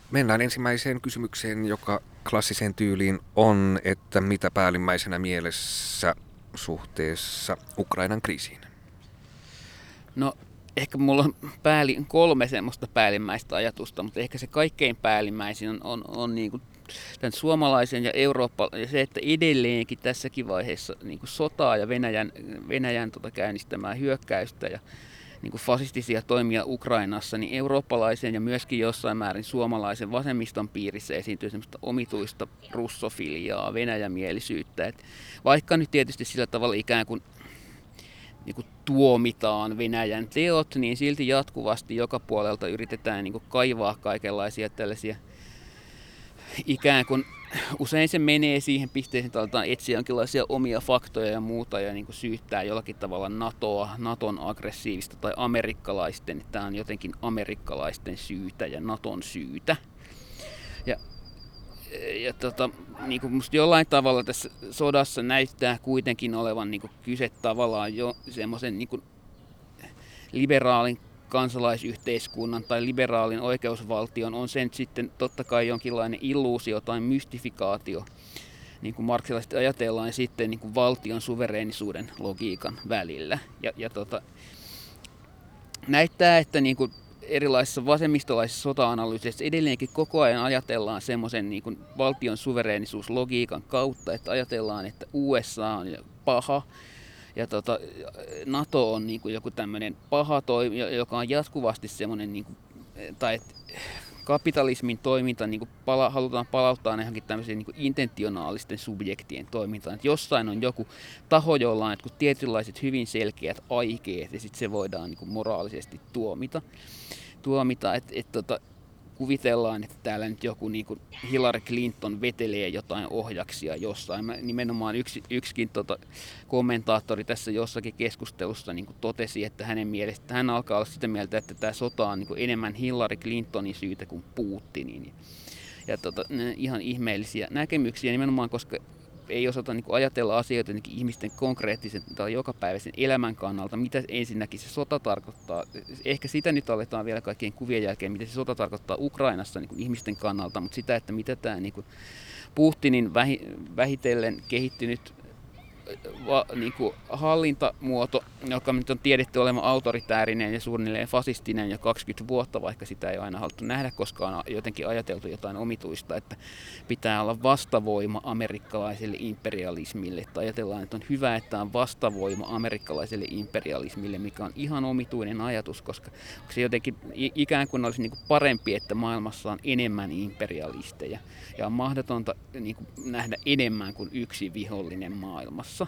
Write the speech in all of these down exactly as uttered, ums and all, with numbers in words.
Mennään ensimmäiseen kysymykseen, joka klassiseen tyyliin on, että mitä päällimmäisenä mielessä suhteessa Ukrainan kriisiin? No ehkä mulla on päälli, kolme semmoista päällimmäistä ajatusta, mutta ehkä se kaikkein päällimmäisin on, on, on niin kuin tämän suomalaisen ja Eurooppa, ja se, että edelleenkin tässäkin vaiheessa niin kuin sotaa ja Venäjän, Venäjän tota käynnistämää hyökkäystä ja niin kuin fasistisia toimia Ukrainassa, niin eurooppalaisen ja myöskin jossain määrin suomalaisen vasemmiston piirissä esiintyy semmoista omituista russofiliaa, venäjämielisyyttä. Et vaikka nyt tietysti sillä tavalla ikään kuin niin kuin tuomitaan Venäjän teot, niin silti jatkuvasti joka puolelta yritetään niin kuin kaivaa kaikenlaisia tällaisia ikään kuin usein se menee siihen pisteeseen, että aletaan etsiä jonkinlaisia omia faktoja ja muuta ja niin kuin syyttää jollakin tavalla NATOa, NATOn aggressiivista tai amerikkalaisten, että tämä on jotenkin amerikkalaisten syytä ja NATOn syytä. Ja, ja tota, niin kuin musta jollain tavalla tässä sodassa näyttää kuitenkin olevan niin kuin kyse tavallaan jo semmoisen niin kuin liberaalin kansalaisyhteiskunnan tai liberaalin oikeusvaltion, on sen sitten totta kai jonkinlainen illuusio tai mystifikaatio, niin kuin marksilaiset ajatellaan, sitten niin kuin valtion suvereenisuuden logiikan välillä. Ja, ja tota, näyttää, että niin kuin erilaisissa vasemmistolaisissa sota-analyyseissa edelleenkin koko ajan ajatellaan semmoisen niin kuin valtion suvereenisuuslogiikan kautta, että ajatellaan, että U S A on paha, ja tota, NATO on niin kuin joku tämmöinen paha toimija, joka on jatkuvasti semmoinen, niin kuin, tai kapitalismin toiminta niin kuin pala, halutaan palauttaa johonkin tämmöiseen niin kuin intentionaalisten subjektien toimintaan. Että jossain on joku taho, jolla on jotkut tietynlaiset hyvin selkeät aikeet, ja sitten se voidaan niin kuin moraalisesti tuomita. tuomita et, et, tota, kuvitellaan, että täällä nyt joku niin kuin Hillary Clinton vetelee jotain ohjaksia jossain. Mä, nimenomaan yksi, yksikin tota, kommentaattori tässä jossakin keskustelussa niin kuin totesi, että hänen mielestä hän alkaa olla sitä mieltä, että tämä sota on niin kuin enemmän Hillary Clintonin syytä kuin Putinin. Ja tota, ihan ihmeellisiä näkemyksiä nimenomaan, koska ei osata niin kuin ajatella asioita niin ihmisten konkreettisen tai jokapäiväisen elämän kannalta, mitä ensinnäkin se sota tarkoittaa. Ehkä sitä nyt aletaan vielä kaikkien kuvien jälkeen, mitä se sota tarkoittaa Ukrainassa niin kuin ihmisten kannalta, mutta sitä, että mitä tämä niin kuin Putinin vähitellen kehittynyt va, niin kuin hallintamuoto, joka nyt on tiedetty olemaan autoritäärinen ja suunnilleen fasistinen jo kaksikymmentä vuotta, vaikka sitä ei aina haluttu nähdä, koska on jotenkin ajateltu jotain omituista, että pitää olla vastavoima amerikkalaiselle imperialismille. Että ajatellaan, että on hyvä, että on vastavoima amerikkalaiselle imperialismille, mikä on ihan omituinen ajatus, koska se jotenkin ikään kuin olisi niin kuin parempi, että maailmassa on enemmän imperialisteja ja on mahdotonta niin kuin nähdä enemmän kuin yksi vihollinen maailmassa.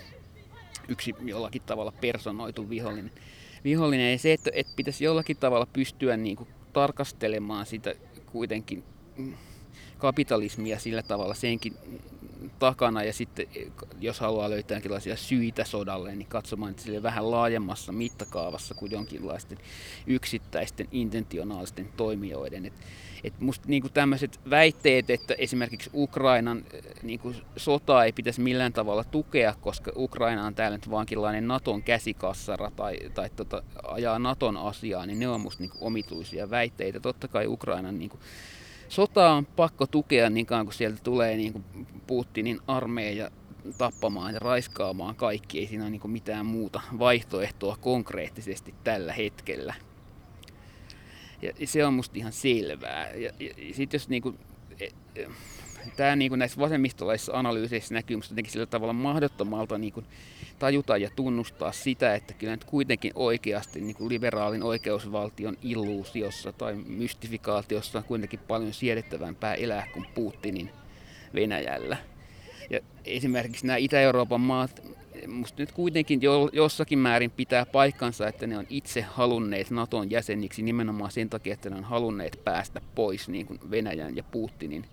Yksi jollakin tavalla personoitu vihollinen. vihollinen. Ja se, että, että pitäisi jollakin tavalla pystyä niin kuin tarkastelemaan sitä kuitenkin kapitalismia sillä tavalla senkin takana, ja sitten jos haluaa löytää jonkinlaisia syitä sodalle, niin katsomaan sille vähän laajemmassa mittakaavassa kuin jonkinlaisten yksittäisten intentionaalisten toimijoiden. Et, et musta niinku tämmöiset väitteet, että esimerkiksi Ukrainan niinku sotaa ei pitäisi millään tavalla tukea, koska Ukraina on täällä nyt vaankinlainen Naton käsikassara tai, tai tota, ajaa Naton asiaa, niin ne on musta niinku omituisia väitteitä. Totta kai Ukrainan niinku sotaa on pakko tukea niin kauan, kun sieltä tulee niin kuin Putinin armeija tappamaan ja raiskaamaan kaikki. Ei siinä ole niin kuin mitään muuta vaihtoehtoa konkreettisesti tällä hetkellä. Ja se on musta ihan selvää. Ja, ja, ja sitten jos niin kuin, tämä niin kuin näissä vasemmistolaisissa analyyseissä näkyy musta jotenkin sillä tavalla mahdottomalta niin kuin tajuta ja tunnustaa sitä, että kyllä nyt kuitenkin oikeasti niin kuin liberaalin oikeusvaltion illuusiossa tai mystifikaatiossa on kuitenkin paljon siedettävämpää elää kuin Putinin Venäjällä. Ja esimerkiksi nämä Itä-Euroopan maat, musta nyt kuitenkin jossakin määrin pitää paikkansa, että ne on itse halunneet Naton jäseniksi nimenomaan sen takia, että ne on halunneet päästä pois niin kuin Venäjän ja Putinin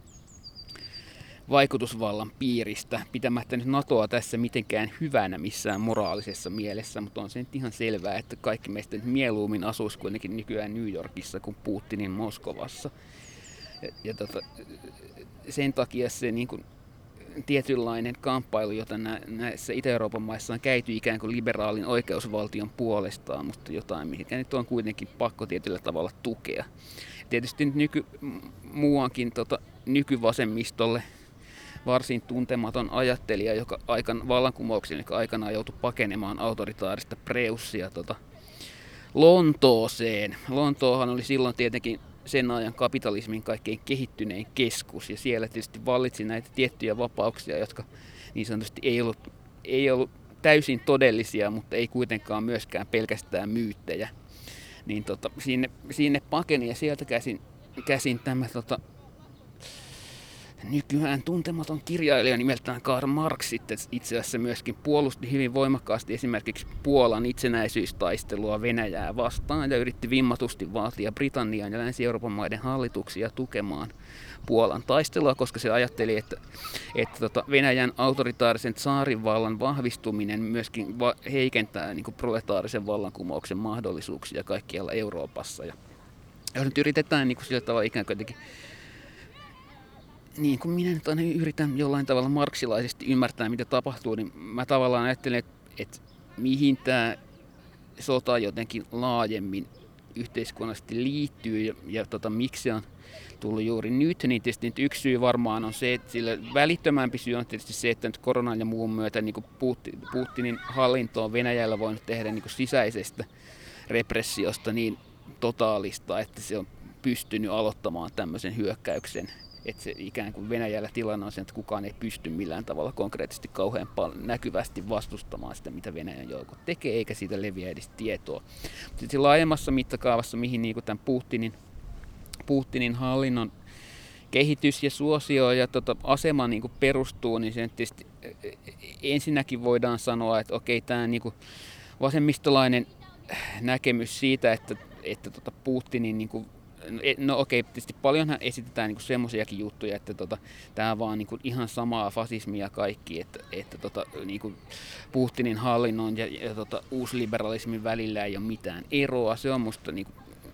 vaikutusvallan piiristä, pitämättä nyt NATOa tässä mitenkään hyvänä missään moraalisessa mielessä, mutta on se nyt ihan selvää, että kaikki meistä nyt mieluummin asuisi kuitenkin nykyään New Yorkissa kuin Putinin Moskovassa. Ja, ja tota, sen takia se niin kuin tietynlainen kamppailu, jota näissä Itä-Euroopan maissa on käyty ikään kuin liberaalin oikeusvaltion puolestaan, mutta jotain, mikä nyt on kuitenkin pakko tietyllä tavalla tukea. Tietysti nyky, muuankin tota, nykyvasemmistolle varsin tuntematon ajattelija, joka aikan vallankumouksen, joka aikanaan joutui pakenemaan autoritaarista Preussia tota, Lontooseen. Lontoohan oli silloin tietenkin sen ajan kapitalismin kaikkein kehittynein keskus, ja siellä tietysti vallitsi näitä tiettyjä vapauksia, jotka niin sanotusti ei ollut, ei ollut täysin todellisia, mutta ei kuitenkaan myöskään pelkästään myyttejä. Niin tota, sinne, sinne pakeni, ja sieltä käsin, käsin tämä tota, nykyään tuntematon kirjailija nimeltään Karl Marx sitten itse asiassa myöskin puolusti hyvin voimakkaasti esimerkiksi Puolan itsenäisyystaistelua Venäjää vastaan ja yritti vimmatusti vaatia Britannian ja Länsi-Euroopan maiden hallituksia tukemaan Puolan taistelua, koska se ajatteli, että, että tota Venäjän autoritaarisen tsaarinvallan vahvistuminen myöskin va- heikentää niin kuin proletaarisen vallankumouksen mahdollisuuksia kaikkialla Euroopassa. Ja jos nyt yritetään niin kuin sillä tavalla ikään kuin jotenkin niin kuin minä nyt aina yritän jollain tavalla marksilaisesti ymmärtää, mitä tapahtuu, niin mä tavallaan ajattelen, että, että mihin tämä sota jotenkin laajemmin yhteiskunnallisesti liittyy ja, ja tota, miksi se on tullut juuri nyt, niin tietysti nyt yksi syy varmaan on se, että sillä välittömämpi syy on tietysti se, että nyt koronan ja muun myötä niin kuin Putinin hallinto on Venäjällä voinut tehdä niin kuin sisäisestä repressiosta niin totaalista, että se on pystynyt aloittamaan tämmöisen hyökkäyksen. Että se ikään kuin Venäjällä tilanne on se, että kukaan ei pysty millään tavalla konkreettisesti kauhean paljon näkyvästi vastustamaan sitä, mitä Venäjän joukot tekee, eikä siitä leviä edes tietoa. Mutta sitten laajemmassa mittakaavassa, mihin niin kuin tämän Putinin, Putinin hallinnon kehitys ja suosio ja tota asema niin kuin perustuu, niin sen tietysti ensinnäkin voidaan sanoa, että okei, tämä niin kuin vasemmistolainen näkemys siitä, että, että tota Putinin niin kuin no okei, tietysti paljonhan esitetään niinku semmoisiakin juttuja, että tota, tämä on vaan niinku ihan samaa fasismia kaikki, että, että tota, niinku Putinin hallinnon ja, ja tota, uusliberalismin välillä ei ole mitään eroa. Se on musta niinku,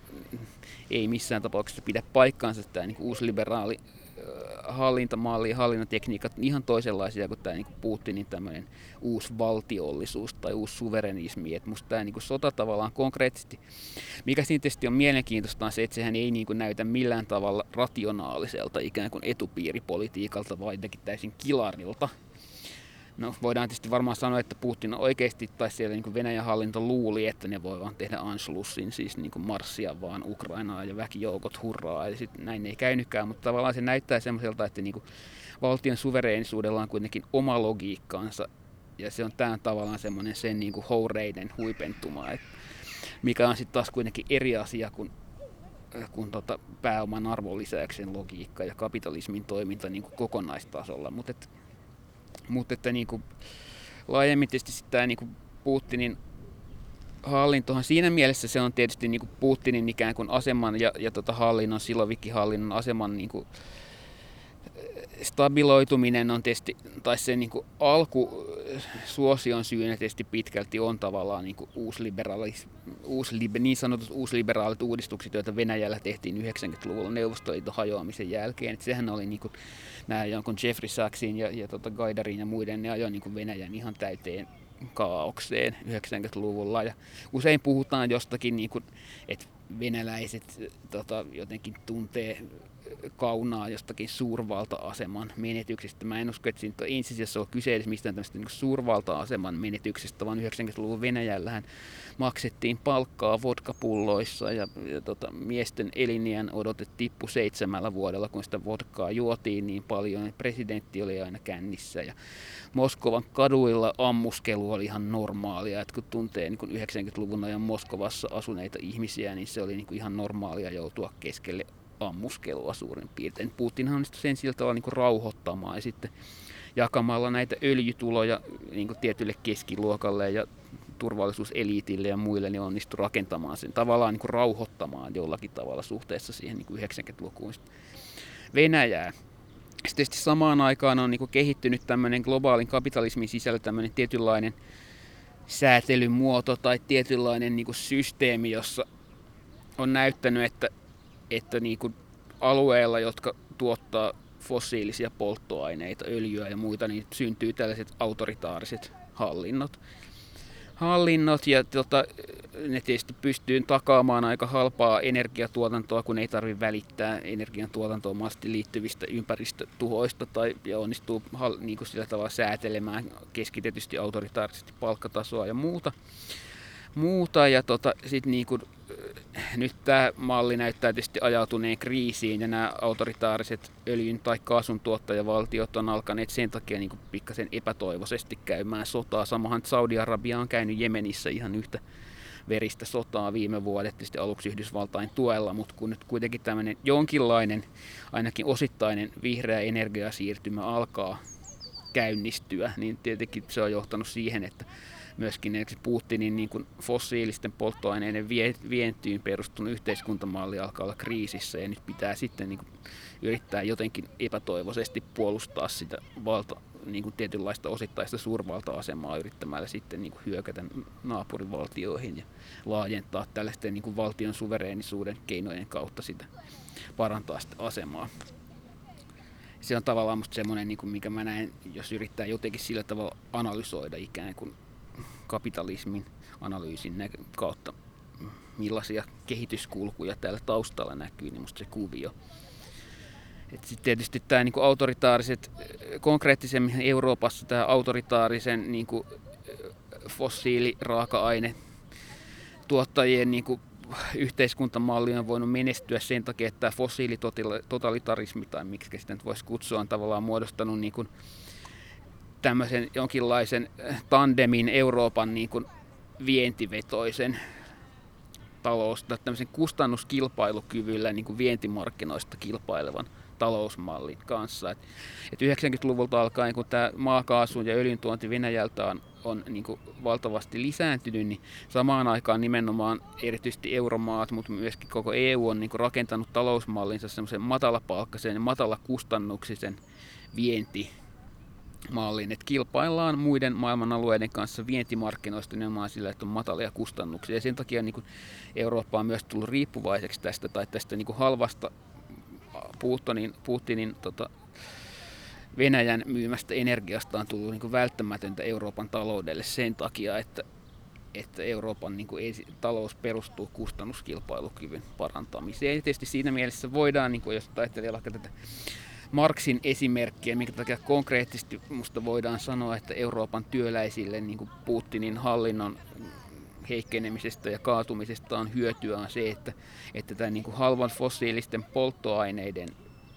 ei missään tapauksessa pidä paikkaansa, tämä niinku uusliberaali hallintamalli ja hallinnotekniikat ihan toisenlaisia kuin tämä niinku Putinin tämmöinen uusi valtiollisuus tai uusi suverenismi. Et musta tämä niinku sota tavallaan konkreettisesti, mikä siinä tietysti on mielenkiintoista, on se, että sehän ei niinku näytä millään tavalla rationaaliselta ikään kuin etupiiripolitiikalta, vaan jotenkin täysin kilarilta. No voidaan tietysti varmaan sanoa, että Putin oikeasti tai siellä niin kuin Venäjän hallinto luuli, että ne voi vaan tehdä Anschlussin, siis niin kuin marssia vaan Ukrainaa ja väkijoukot hurraa. Ja sitten näin ei käynytkään, mutta tavallaan se näyttää semmoiselta, että niin kuin valtion suvereenisuudella on kuitenkin oma logiikkaansa. Ja se on tämän tavallaan semmoinen sen niin kuin houreiden huipentuma, että mikä on sitten taas kuitenkin eri asia kuin, kuin tota pääoman arvonlisäyksen logiikka ja kapitalismin toiminta niin kuin kokonaistasolla. Mut et, Mutta että niin kuin laajemmin tietysti tämä niin kuin Putinin hallintohan siinä mielessä se on tietysti niin kuin Putinin ikään kuin aseman ja, ja tota hallinnon, Silovikin hallinnon aseman niin kuin stabiloituminen on tietysti, tai sen niin kuin alkusuosion syynä tietysti pitkälti on tavallaan niin kuin uusliberalis, uusliber, niin sanotut uusliberaalit uudistukset, joita Venäjällä tehtiin yhdeksänkymmentäluvulla Neuvostoliiton hajoamisen jälkeen. Et sehän oli niin kuin, nämä jonkun Jeffrey Sachsin ja, ja tota Gaidarin ja muiden, ne ajoi niin kuin Venäjän ihan täyteen kaaukseen yhdeksänkymmentäluvulla. Ja usein puhutaan jostakin, niin kuin, että venäläiset tota, jotenkin tuntee kaunaa jostakin suurvalta-aseman menetyksestä. Mä en usko, että siinä ensisijaisesti on kyse edes mistään tämmöistä niin suurvalta-aseman menetyksestä, vaan yhdeksänkymmentäluvun Venäjällähän maksettiin palkkaa vodkapulloissa ja, ja tota, miesten eliniän odote tippui seitsemällä vuodella, kun sitä vodkaa juotiin niin paljon, että presidentti oli aina kännissä ja Moskovan kaduilla ammuskelu oli ihan normaalia, että kun tuntee niin kun yhdeksänkymmentäluvun ajan Moskovassa asuneita ihmisiä, niin se oli niin kuin ihan normaalia joutua keskelle ammuskelua suurin piirtein. Putinhan on sen sillä tavalla niin kuin rauhoittamaan ja sitten jakamalla näitä öljytuloja niin kuin tietylle keskiluokalle ja turvallisuuseliitille ja muille, niin onnistui rakentamaan sen tavallaan niin kuin rauhoittamaan jollakin tavalla suhteessa siihen niin kuin yhdeksänkymmentälukuun Venäjää. Sitten tietysti samaan aikaan on niin kuin kehittynyt tämmöinen globaalin kapitalismin sisällä tämmöinen tietynlainen säätelymuoto tai tietynlainen niin kuin systeemi, jossa on näyttänyt, että että niin kuin alueilla, jotka tuottaa fossiilisia polttoaineita, öljyä ja muita, niin syntyy tällaiset autoritaariset hallinnot. hallinnot ja tota, ne tietysti pystyy takaamaan aika halpaa energiatuotantoa, kun ei tarvitse välittää energiantuotantoon mahdollisesti liittyvistä ympäristötuhoista tai ja onnistuu niin kuin sillä tavalla säätelemään keskitetysti autoritaarisesti palkkatasoa ja muuta. muuta ja tota, sit niin kuin, nyt tämä malli näyttää tietysti ajautuneen kriisiin ja nämä autoritaariset öljyn tai kaasun tuottajavaltiot on alkaneet sen takia niin kuin pikkasen epätoivoisesti käymään sotaa. Samahan Saudi-Arabia on käynyt Jemenissä ihan yhtä veristä sotaa viime vuodet, tietysti aluksi Yhdysvaltain tuella, mutta kun nyt kuitenkin tämmöinen jonkinlainen, ainakin osittainen vihreä energiasiirtymä alkaa käynnistyä, niin tietenkin se on johtanut siihen, että myöskin Putinin niin kuin fossiilisten polttoaineiden vientiin perustunut yhteiskuntamalli alkaa olla kriisissä ja nyt pitää sitten niin kuin yrittää jotenkin epätoivoisesti puolustaa sitä valta, niin kuin tietynlaista osittaista suurvalta-asemaa yrittämällä sitten niin kuin hyökätä naapurivaltioihin ja laajentaa tällaisten niin kuin valtion suvereenisuuden keinojen kautta sitä, parantaa sitä asemaa. Se on tavallaan musta semmoinen, niin kuin mikä mä näen, jos yrittää jotenkin sillä tavalla analysoida ikään kuin kapitalismin analyysin kautta, millaisia kehityskulkuja täällä taustalla näkyy, niin musta se kuvio. Sitten tietysti tämä niin kuin autoritaariset, konkreettisemmin Euroopassa tämä autoritaarisen niin kuin fossiiliraaka-aine tuottajien niin kuin yhteiskuntamalli on voinut menestyä sen takia, että tämä fossiilitotalitarismi, tai miksi sitä nyt voisi kutsua, on tavallaan muodostanut niin kuin tämmöisen jonkinlaisen tandemin Euroopan niin kuin vientivetoisen talous, tämmöisen kustannuskilpailukyvyllä niin kuin vientimarkkinoista kilpailevan talousmallin kanssa. Et, et yhdeksänkymmentäluvulta alkaen, kun tämä maakaasun ja öljyn tuonti Venäjältä on, on niin kuin valtavasti lisääntynyt, niin samaan aikaan nimenomaan erityisesti euromaat, mutta myöskin koko E U on niin kuin rakentanut talousmallinsa semmoisen matalapalkkaisen ja matalakustannuksisen vienti mallin, että kilpaillaan muiden maailman alueiden kanssa vientimarkkinoista nimenomaan sillä, että on matalia kustannuksia. Ja sen takia niin kuin Eurooppa on myös tullut riippuvaiseksi tästä tai tästä niin kuin halvasta Putinin, Putinin tota, Venäjän myymästä energiasta on tullut niin kuin välttämätöntä Euroopan taloudelle sen takia, että, että Euroopan niin kuin, talous perustuu kustannuskilpailukyvyn parantamiseen. Ja tietysti siinä mielessä voidaan, niin kuin, jos ajattelee vaikka tätä Marxin esimerkkiä, minkä takia konkreettisesti musta voidaan sanoa, että Euroopan työläisille niin kuin Putinin hallinnon heikkenemisestä ja kaatumisesta on hyötyä on se, että, että tämä niin kuin halvan fossiilisten polttoaineiden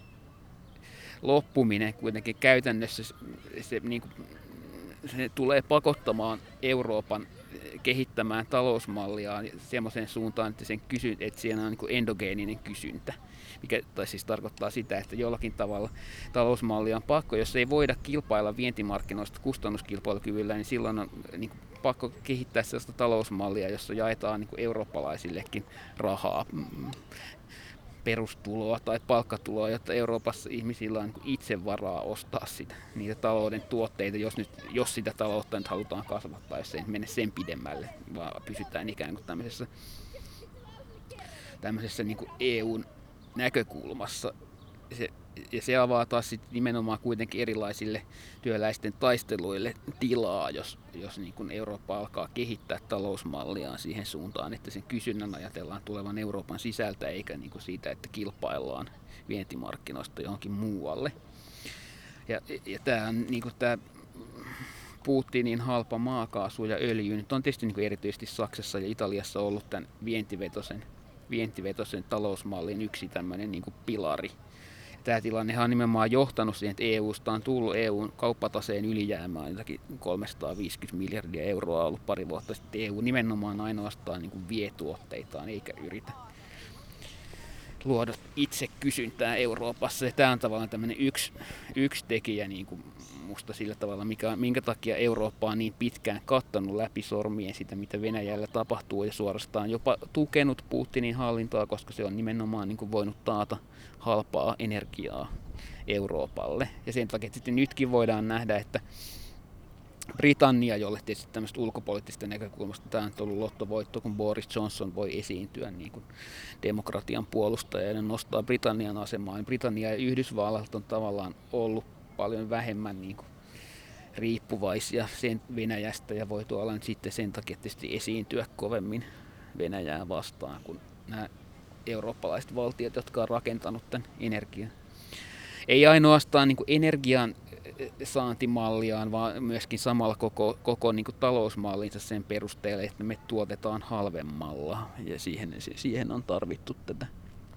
loppuminen kuitenkin käytännössä se, se, niin kuin, se tulee pakottamaan Euroopan kehittämään talousmalliaan semmoiseen suuntaan, että, sen kysy, että siinä on niin kuin endogeeninen kysyntä. Mikä tai siis tarkoittaa sitä, että jollakin tavalla talousmalli on pakko, jos ei voida kilpailla vientimarkkinoista kustannuskilpailukyvyllä, niin silloin on niin kuin, pakko kehittää sellaista talousmallia, jossa jaetaan niin kuin eurooppalaisillekin rahaa, perustuloa tai palkkatuloa, jotta Euroopassa ihmisillä on niin kuin itse varaa ostaa sitä, niitä talouden tuotteita, jos, nyt, jos sitä taloutta nyt halutaan kasvattaa, jos ei mene sen pidemmälle, vaan pysytään ikään kuin tämmöisessä, tämmöisessä niin kuin E U:n näkökulmassa. Se, ja se avaa taas sit nimenomaan kuitenkin erilaisille työläisten taisteluille tilaa, jos, jos niin kun Eurooppa alkaa kehittää talousmalliaan siihen suuntaan, että sen kysynnän ajatellaan tulevan Euroopan sisältä, eikä niin kun siitä, että kilpaillaan vientimarkkinoista johonkin muualle. Ja, ja tämä on niin kun tää Putinin halpa maakaasu ja öljy nyt on tietysti niin kun erityisesti Saksassa ja Italiassa ollut tämän vientivetoisen vientivetoisen talousmallin yksi tämmöinen niin kuin pilari. Tämä tilannehan on nimenomaan johtanut siihen, että E U:sta on tullut E U:n kauppataseen ylijäämään jotakin kolmesataaviisikymmentä miljardia euroa ollut pari vuotta sitten. E U nimenomaan ainoastaan niin kuin vie tuotteitaan eikä yritä luoda itse kysyntää Euroopassa. Ja tämä on tavallaan tämmöinen yksi, yksi tekijä niin kuin musta sillä tavalla, mikä, minkä takia Eurooppa on niin pitkään kattanut läpi sormien sitä, mitä Venäjällä tapahtuu ja suorastaan jopa tukenut Putinin hallintoa, koska se on nimenomaan niin kuin voinut taata halpaa energiaa Euroopalle. Ja sen takia sitten nytkin voidaan nähdä, että Britannia, jolle tietysti tämmöistä ulkopoliittisesta näkökulmasta tämä on ollut lottovoitto, kun Boris Johnson voi esiintyä niin kuin demokratian puolustajana ja nostaa Britannian asemaa. Britannia ja Yhdysvallat on tavallaan ollut paljon vähemmän niin kuin riippuvaisia sen Venäjästä ja voi tuolla nyt sitten sen takia tietysti esiintyä kovemmin Venäjää vastaan kuin nämä eurooppalaiset valtiot, jotka on rakentanut tämän energian. Ei ainoastaan niin kuin energian saantimalliaan, vaan myöskin samalla koko, koko niin kuin talousmallinsa sen perusteella, että me tuotetaan halvemmalla ja siihen, siihen on tarvittu tätä,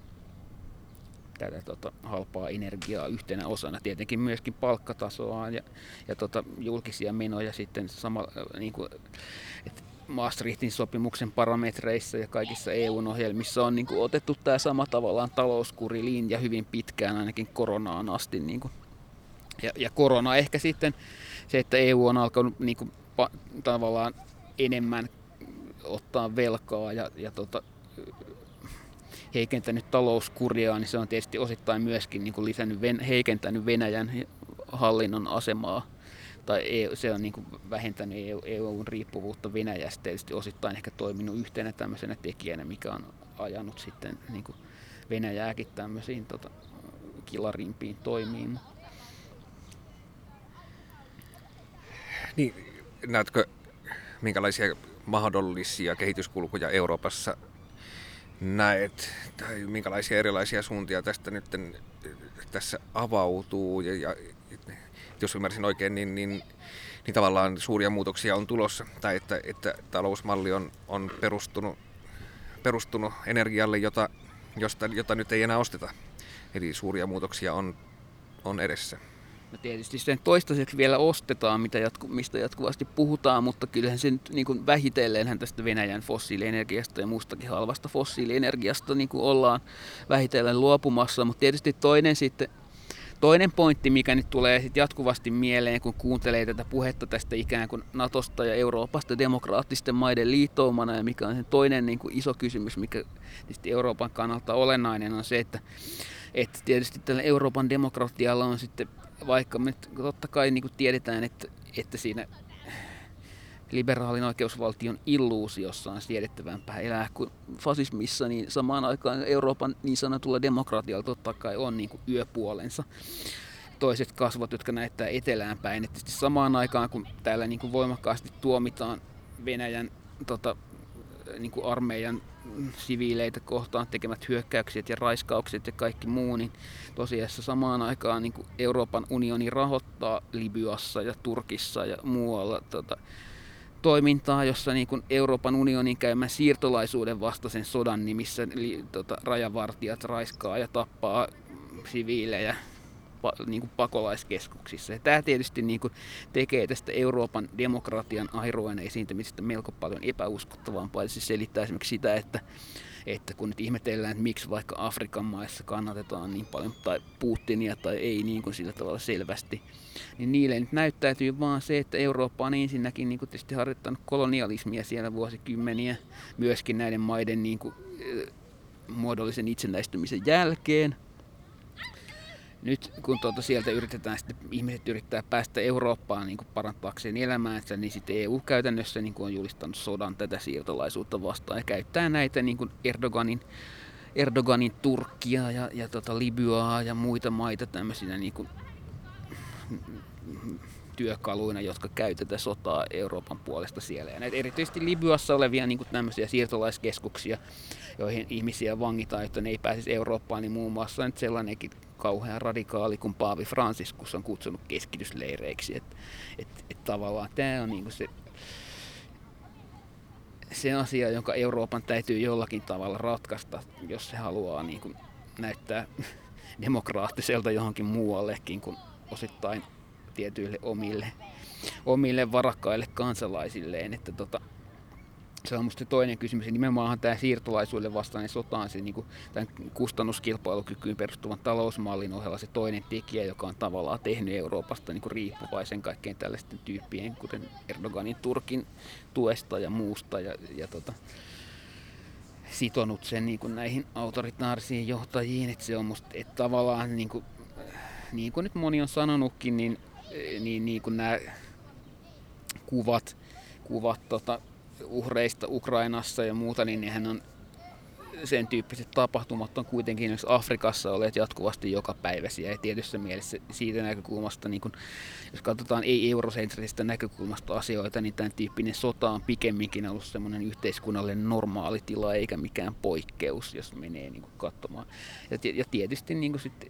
tätä tota, halpaa energiaa yhtenä osana. Tietenkin myöskin palkkatasoa ja, ja tota, julkisia menoja sitten sama, niin kuin, että Maastrichtin sopimuksen parametreissa ja kaikissa E U-ohjelmissa on niin kuin otettu tämä sama tavallaan talouskurilinja hyvin pitkään, ainakin koronaan asti. Niin kuin. Ja, ja korona ehkä sitten se, että E U on alkanut niin kuin, pa, tavallaan enemmän ottaa velkaa ja, ja tota, heikentänyt talouskuria, niin se on tietysti osittain myöskin niin kuin lisännyt, heikentänyt Venäjän hallinnon asemaa. Tai se on niin kuin vähentänyt E U:n riippuvuutta Venäjästä, tietysti osittain ehkä toiminut yhtenä tämmöisenä tekijänä, mikä on ajanut sitten niin kuin Venäjääkin tämmöisiin tota, kilarimpiin toimiin. Niin, näetkö, minkälaisia mahdollisia kehityskulkuja Euroopassa näet, tai minkälaisia erilaisia suuntia tästä nyt tässä avautuu, ja, ja jos ymmärsin oikein, niin, niin, niin tavallaan suuria muutoksia on tulossa, tai että, että talousmalli on, on perustunut, perustunut energialle, jota, josta, jota nyt ei enää osteta. Eli suuria muutoksia on, on edessä. No tietysti sen toistaiseksi vielä ostetaan, mitä jatku, mistä jatkuvasti puhutaan, mutta kyllähän se nyt niin kuin vähitelleenhän tästä Venäjän fossiilienergiasta ja muustakin halvasta fossiilienergiasta niin kuin ollaan vähitellen luopumassa, mutta tietysti toinen sitten Toinen pointti, mikä nyt tulee sit jatkuvasti mieleen, kun kuuntelee tätä puhetta tästä ikään kuin Natosta ja Euroopasta demokraattisten maiden liittoumana, ja mikä on se toinen niin kuin iso kysymys, mikä tietysti Euroopan kannalta olennainen, on se, että, että tietysti tällä Euroopan demokratialla on sitten, vaikka me totta kai niin kuin tiedetään, että, että siinä liberaalin oikeusvaltion illuusiossa on siedettävämpää elää kuin fasismissa, niin samaan aikaan Euroopan niin sanotulla demokratialla totta kai on niin kuin yöpuolensa. Toiset kasvot, jotka näyttää etelään päin. Että samaan aikaan, kun täällä niin kuin voimakkaasti tuomitaan Venäjän tota, niin kuin armeijan siviileitä kohtaan tekemät hyökkäykset ja raiskaukset ja kaikki muu, niin tosiaan samaan aikaan niin kuin Euroopan unioni rahoittaa Libyassa ja Turkissa ja muualla tota, toimintaa, jossa niin kuin Euroopan unionin käymän siirtolaisuuden vastaisen sodan nimissä li, tota, rajavartijat raiskaa ja tappaa siviilejä pa, niin kuin pakolaiskeskuksissa. Ja tämä tietysti niin kuin tekee tästä Euroopan demokratian airoina esiintymisestä melko paljon epäuskottavampaa. Se selittää esimerkiksi sitä, että että kun nyt ihmetellään, että miksi vaikka Afrikan maissa kannatetaan niin paljon tai Putinia tai ei niin kuin sillä tavalla selvästi, niin niille nyt näyttäytyy vaan se, että Eurooppa on ensinnäkin niin kuin tietysti harjoittanut kolonialismia siellä vuosikymmeniä, myöskin näiden maiden niin kuin, muodollisen itsenäistymisen jälkeen. Nyt kun tuota sieltä yritetään, sitten ihmiset yrittää päästä Eurooppaan niin kuin parantaakseen elämäänsä, niin sitten E U käytännössä niin kuin on julistanut sodan tätä siirtolaisuutta vastaan ja käyttää näitä niin kuin Erdoganin, Erdoganin Turkkia ja, ja tota Libyaa ja muita maita tämmöisinä niin kuin työkaluina, jotka käytetään sotaa Euroopan puolesta siellä. Ja näitä erityisesti Libyassa olevia niin kuin tämmöisiä siirtolaiskeskuksia, joihin ihmisiä vangitaan, jotta ne ei pääsisi Eurooppaan, niin muun muassa nyt sellainenkin kauhean radikaali kuin Paavi Franciscus on kutsunut keskitysleireiksi. Että et, et tavallaan tämä on niinku se, se asia, jonka Euroopan täytyy jollakin tavalla ratkaista, jos se haluaa niinku näyttää demokraattiselta johonkin muuallekin kuin osittain tietyille omille, omille varakkaille kansalaisilleen. Että tota, se on musta toinen kysymys. Ja nimenomaan tämä siirtolaisuuden vastainen sota on se niin kuin, tämän kustannuskilpailukykyyn perustuvan talousmallin ohella se toinen tekijä, joka on tavallaan tehnyt Euroopasta niin kuin riippuvaisen kaikkein tällaisten tyyppien, kuten Erdoganin Turkin tuesta ja muusta. Ja, ja tota, sitonut sen niin kuin näihin autoritaarisiin johtajiin. Että se on musta, että tavallaan, niin kuin, niin kuin nyt moni on sanonutkin, niin, niin, niin kuin nämä kuvat, kuvat tota, uhreista Ukrainassa ja muuta, niin nehän on sen tyyppiset tapahtumat on kuitenkin Afrikassa olleet jatkuvasti jokapäiväisiä ja tietyssä mielessä siitä näkökulmasta, niin kun, jos katsotaan ei-eurosentrisestä näkökulmasta asioita, niin tämän tyyppinen sota on pikemminkin ollut semmoinen yhteiskunnallinen normaali tila eikä mikään poikkeus, jos menee niin kuin katsomaan. Ja, ja tietysti niin kuin sitten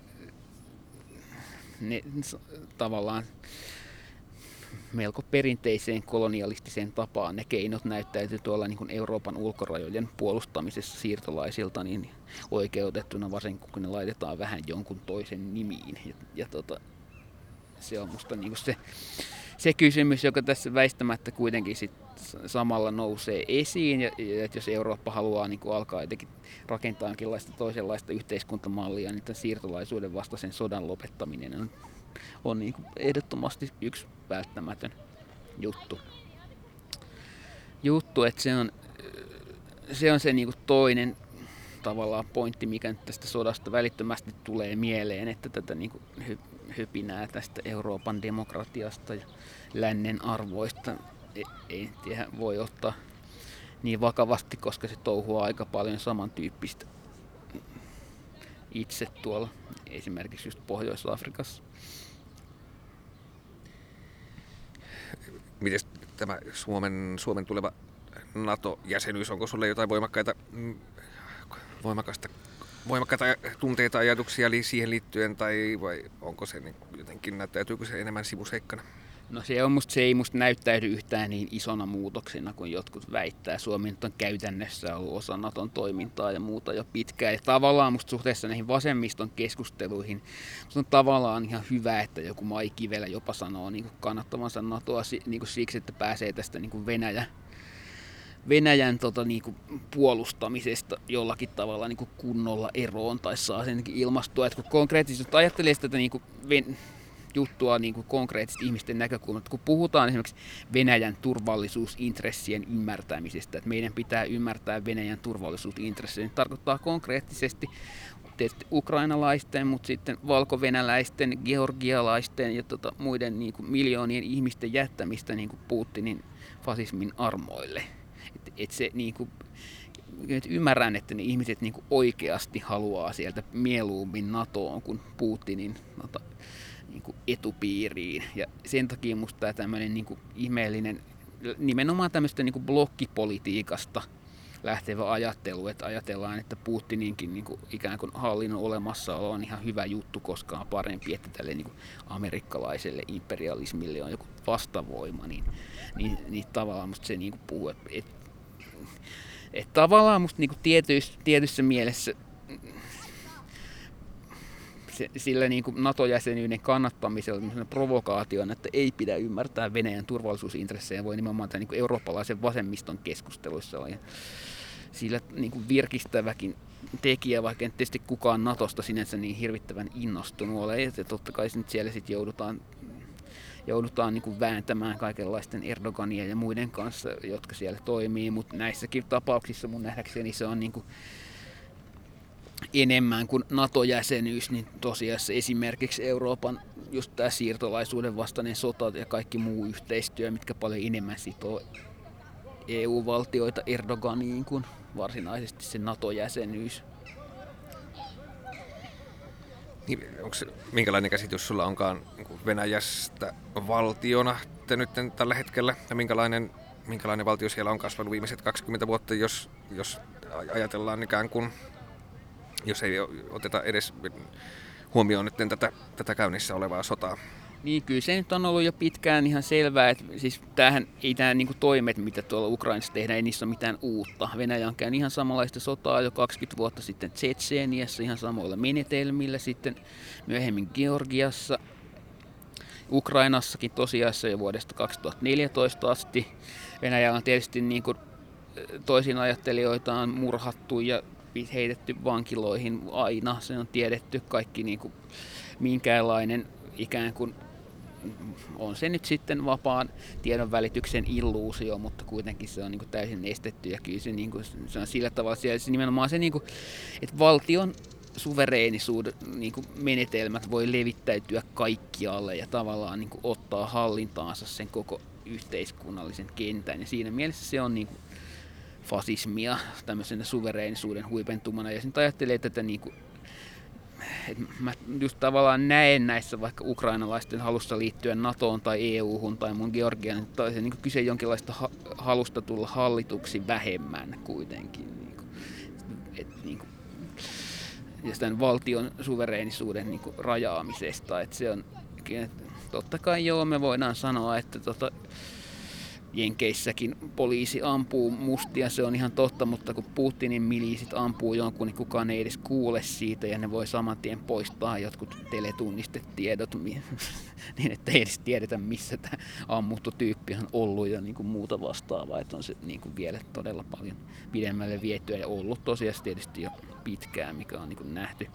ne tavallaan melko perinteiseen kolonialistiseen tapaan ne keinot näyttäytyy tuolla niin kuin Euroopan ulkorajojen puolustamisessa siirtolaisilta niin oikeutettuna, varsinkin kun ne laitetaan vähän jonkun toisen nimiin. Ja, ja tota, se on musta niin kuin se, se kysymys, joka tässä väistämättä kuitenkin sit samalla nousee esiin. Ja, ja että jos Eurooppa haluaa niin kuin alkaa jotenkin rakentaa jonkinlaista toisenlaista yhteiskuntamallia, niin tämän siirtolaisuuden vastaisen sodan lopettaminen on on niin kuin ehdottomasti yksi välttämätön juttu. Juttu, että se on se, on se niin kuin toinen tavallaan pointti, mikä nyt tästä sodasta välittömästi tulee mieleen, että tätä niin kuin hypinää tästä Euroopan demokratiasta ja lännen arvoista ei tiedä, voi ottaa niin vakavasti, koska se touhuaa aika paljon samantyyppistä itse tuolla esimerkiksi just Pohjois-Afrikassa. Miten tämä Suomen, Suomen tuleva NATO-jäsenyys, onko sinulle jotain voimakkaita, voimakasta, voimakkaita tunteita, ajatuksia siihen liittyen, tai vai onko se niin, jotenkin, näyttäytyykö se enemmän sivuseikkana? No se, on musta, se ei musta näyttäydy yhtään niin isona muutoksena kuin jotkut väittää. Suomi nyt on käytännössä ollut osa Naton toimintaa ja muuta jo pitkään. Ja tavallaan musta suhteessa näihin vasemmiston keskusteluihin musta on tavallaan ihan hyvä, että joku Mai Kivelä jopa sanoo niin kuin kannattavansa Natoa niin kuin siksi, että pääsee tästä niin kuin Venäjä, Venäjän tota, niin kuin puolustamisesta jollakin tavalla niin kuin kunnolla eroon tai saa sen ilmastua. Että kun konkreettisesti ajattelee sitä niin kuin Ven- juttua niin kuin konkreettisesti ihmisten näkökulmasta. Kun puhutaan esimerkiksi Venäjän turvallisuusintressien ymmärtämisestä, että meidän pitää ymmärtää Venäjän turvallisuusintressejä, niin tarkoittaa konkreettisesti tietysti ukrainalaisten, mutta sitten valkovenäläisten, georgialaisten ja tota, muiden niin kuin miljoonien ihmisten jättämistä niin kuin Putinin fasismin armoille. Et, et se, niin kuin, nyt ymmärrän, että ne ihmiset niin kuin oikeasti haluaa sieltä mieluummin NATOon kuin Putinin nota, niin kuin etupiiriin. Ja sen takia musta tämä tämmöinen niin kuin ihmeellinen, nimenomaan tämmöistä niin kuin blokkipolitiikasta lähtevä ajattelu, että ajatellaan, että Putininkin niin kuin ikään kuin hallinnon olemassaolo on ihan hyvä juttu, koska on parempi, että tälle niin kuin amerikkalaiselle imperialismille on joku vastavoima, niin, niin, niin tavallaan musta se niin kuin puhuu, että et, et tavallaan musta niin kuin tietyissä, tietyssä mielessä se, sillä niin kuin NATO-jäsenyyden kannattamisella provokaationa, että ei pidä ymmärtää Venäjän turvallisuusintressejä, voi nimenomaan tämän niin kuin eurooppalaisen vasemmiston keskusteluissa olla sillä niin kuin virkistäväkin tekijä, vaikka en tietysti kukaan NATOsta sinänsä niin hirvittävän innostunut ole. Ja totta kai nyt siellä sitten joudutaan, joudutaan niin kuin vääntämään kaikenlaisten Erdoganien ja muiden kanssa, jotka siellä toimii, mutta näissäkin tapauksissa mun nähdäkseni se on niin kuin enemmän kuin NATO-jäsenyys, niin tosiasiassa esimerkiksi Euroopan just tämä siirtolaisuuden vastainen sota ja kaikki muu yhteistyö, mitkä paljon enemmän sitoo E U-valtioita Erdoganiin kuin varsinaisesti se NATO-jäsenyys. Niin, onko minkälainen käsitys sulla onkaan Venäjästä valtiona nyt tällä hetkellä, ja minkälainen, minkälainen valtio siellä on kasvanut viimeiset kaksikymmentä vuotta, jos, jos ajatellaan ikään kuin, jos ei oteta edes huomioon nyt tätä, tätä käynnissä olevaa sotaa? Niin, kyllä se nyt on ollut jo pitkään ihan selvää, että siis tämähän, ei tämä niin kuin toimet, mitä tuolla Ukrainassa tehdään, ei niissä ole mitään uutta. Venäjä on käynyt ihan samanlaista sotaa jo kaksikymmentä vuotta sitten Tšetšeniassa, ihan samoilla menetelmillä, sitten myöhemmin Georgiassa, Ukrainassakin tosiasiassa jo vuodesta kaksituhattaneljätoista asti. Venäjä on tietysti niin kuin toisin ajattelijoita on murhattu ja heitetty vankiloihin aina, se on tiedetty kaikki niin kuin minkäänlainen ikään kuin on se nyt sitten vapaan tiedon välityksen illuusio, mutta kuitenkin se on niin kuin täysin estetty ja kyllä se, niin kuin, se on sillä tavalla, se nimenomaan se, niin kuin, että valtion suvereenisuuden niin kuin menetelmät voi levittäytyä kaikkialle ja tavallaan niin kuin ottaa hallintaansa sen koko yhteiskunnallisen kentän ja siinä mielessä se on niin kuin fasismia tämmöisenä suvereenisuuden huipentumana. Ja sitten ajattelee tätä niin kuin, että mä just tavallaan näen näissä vaikka ukrainalaisten halussa liittyä NATOon tai E U-hun tai mun Georgian, että on se niin kuin kyse jonkinlaista ha- halusta tulla hallituksi vähemmän kuitenkin. Niin kuin, et, niin kuin, ja tämän valtion suvereenisuuden niin kuin rajaamisesta. Että se on, että totta kai joo, me voidaan sanoa, että tota, Jenkeissäkin poliisi ampuu mustia, se on ihan totta, mutta kun Putinin miliisit ampuu jonkun, niin kukaan ei edes kuule siitä ja ne voi saman tien poistaa jotkut teletunnistetiedot niin, että ei edes tiedetä, missä tämä ammuttu tyyppi on ollut ja niin kuin muuta vastaavaa, että on se niin kuin vielä todella paljon pidemmälle vietyä ja ollut tosiaan tietysti jo pitkään, mikä on niin kuin nähty.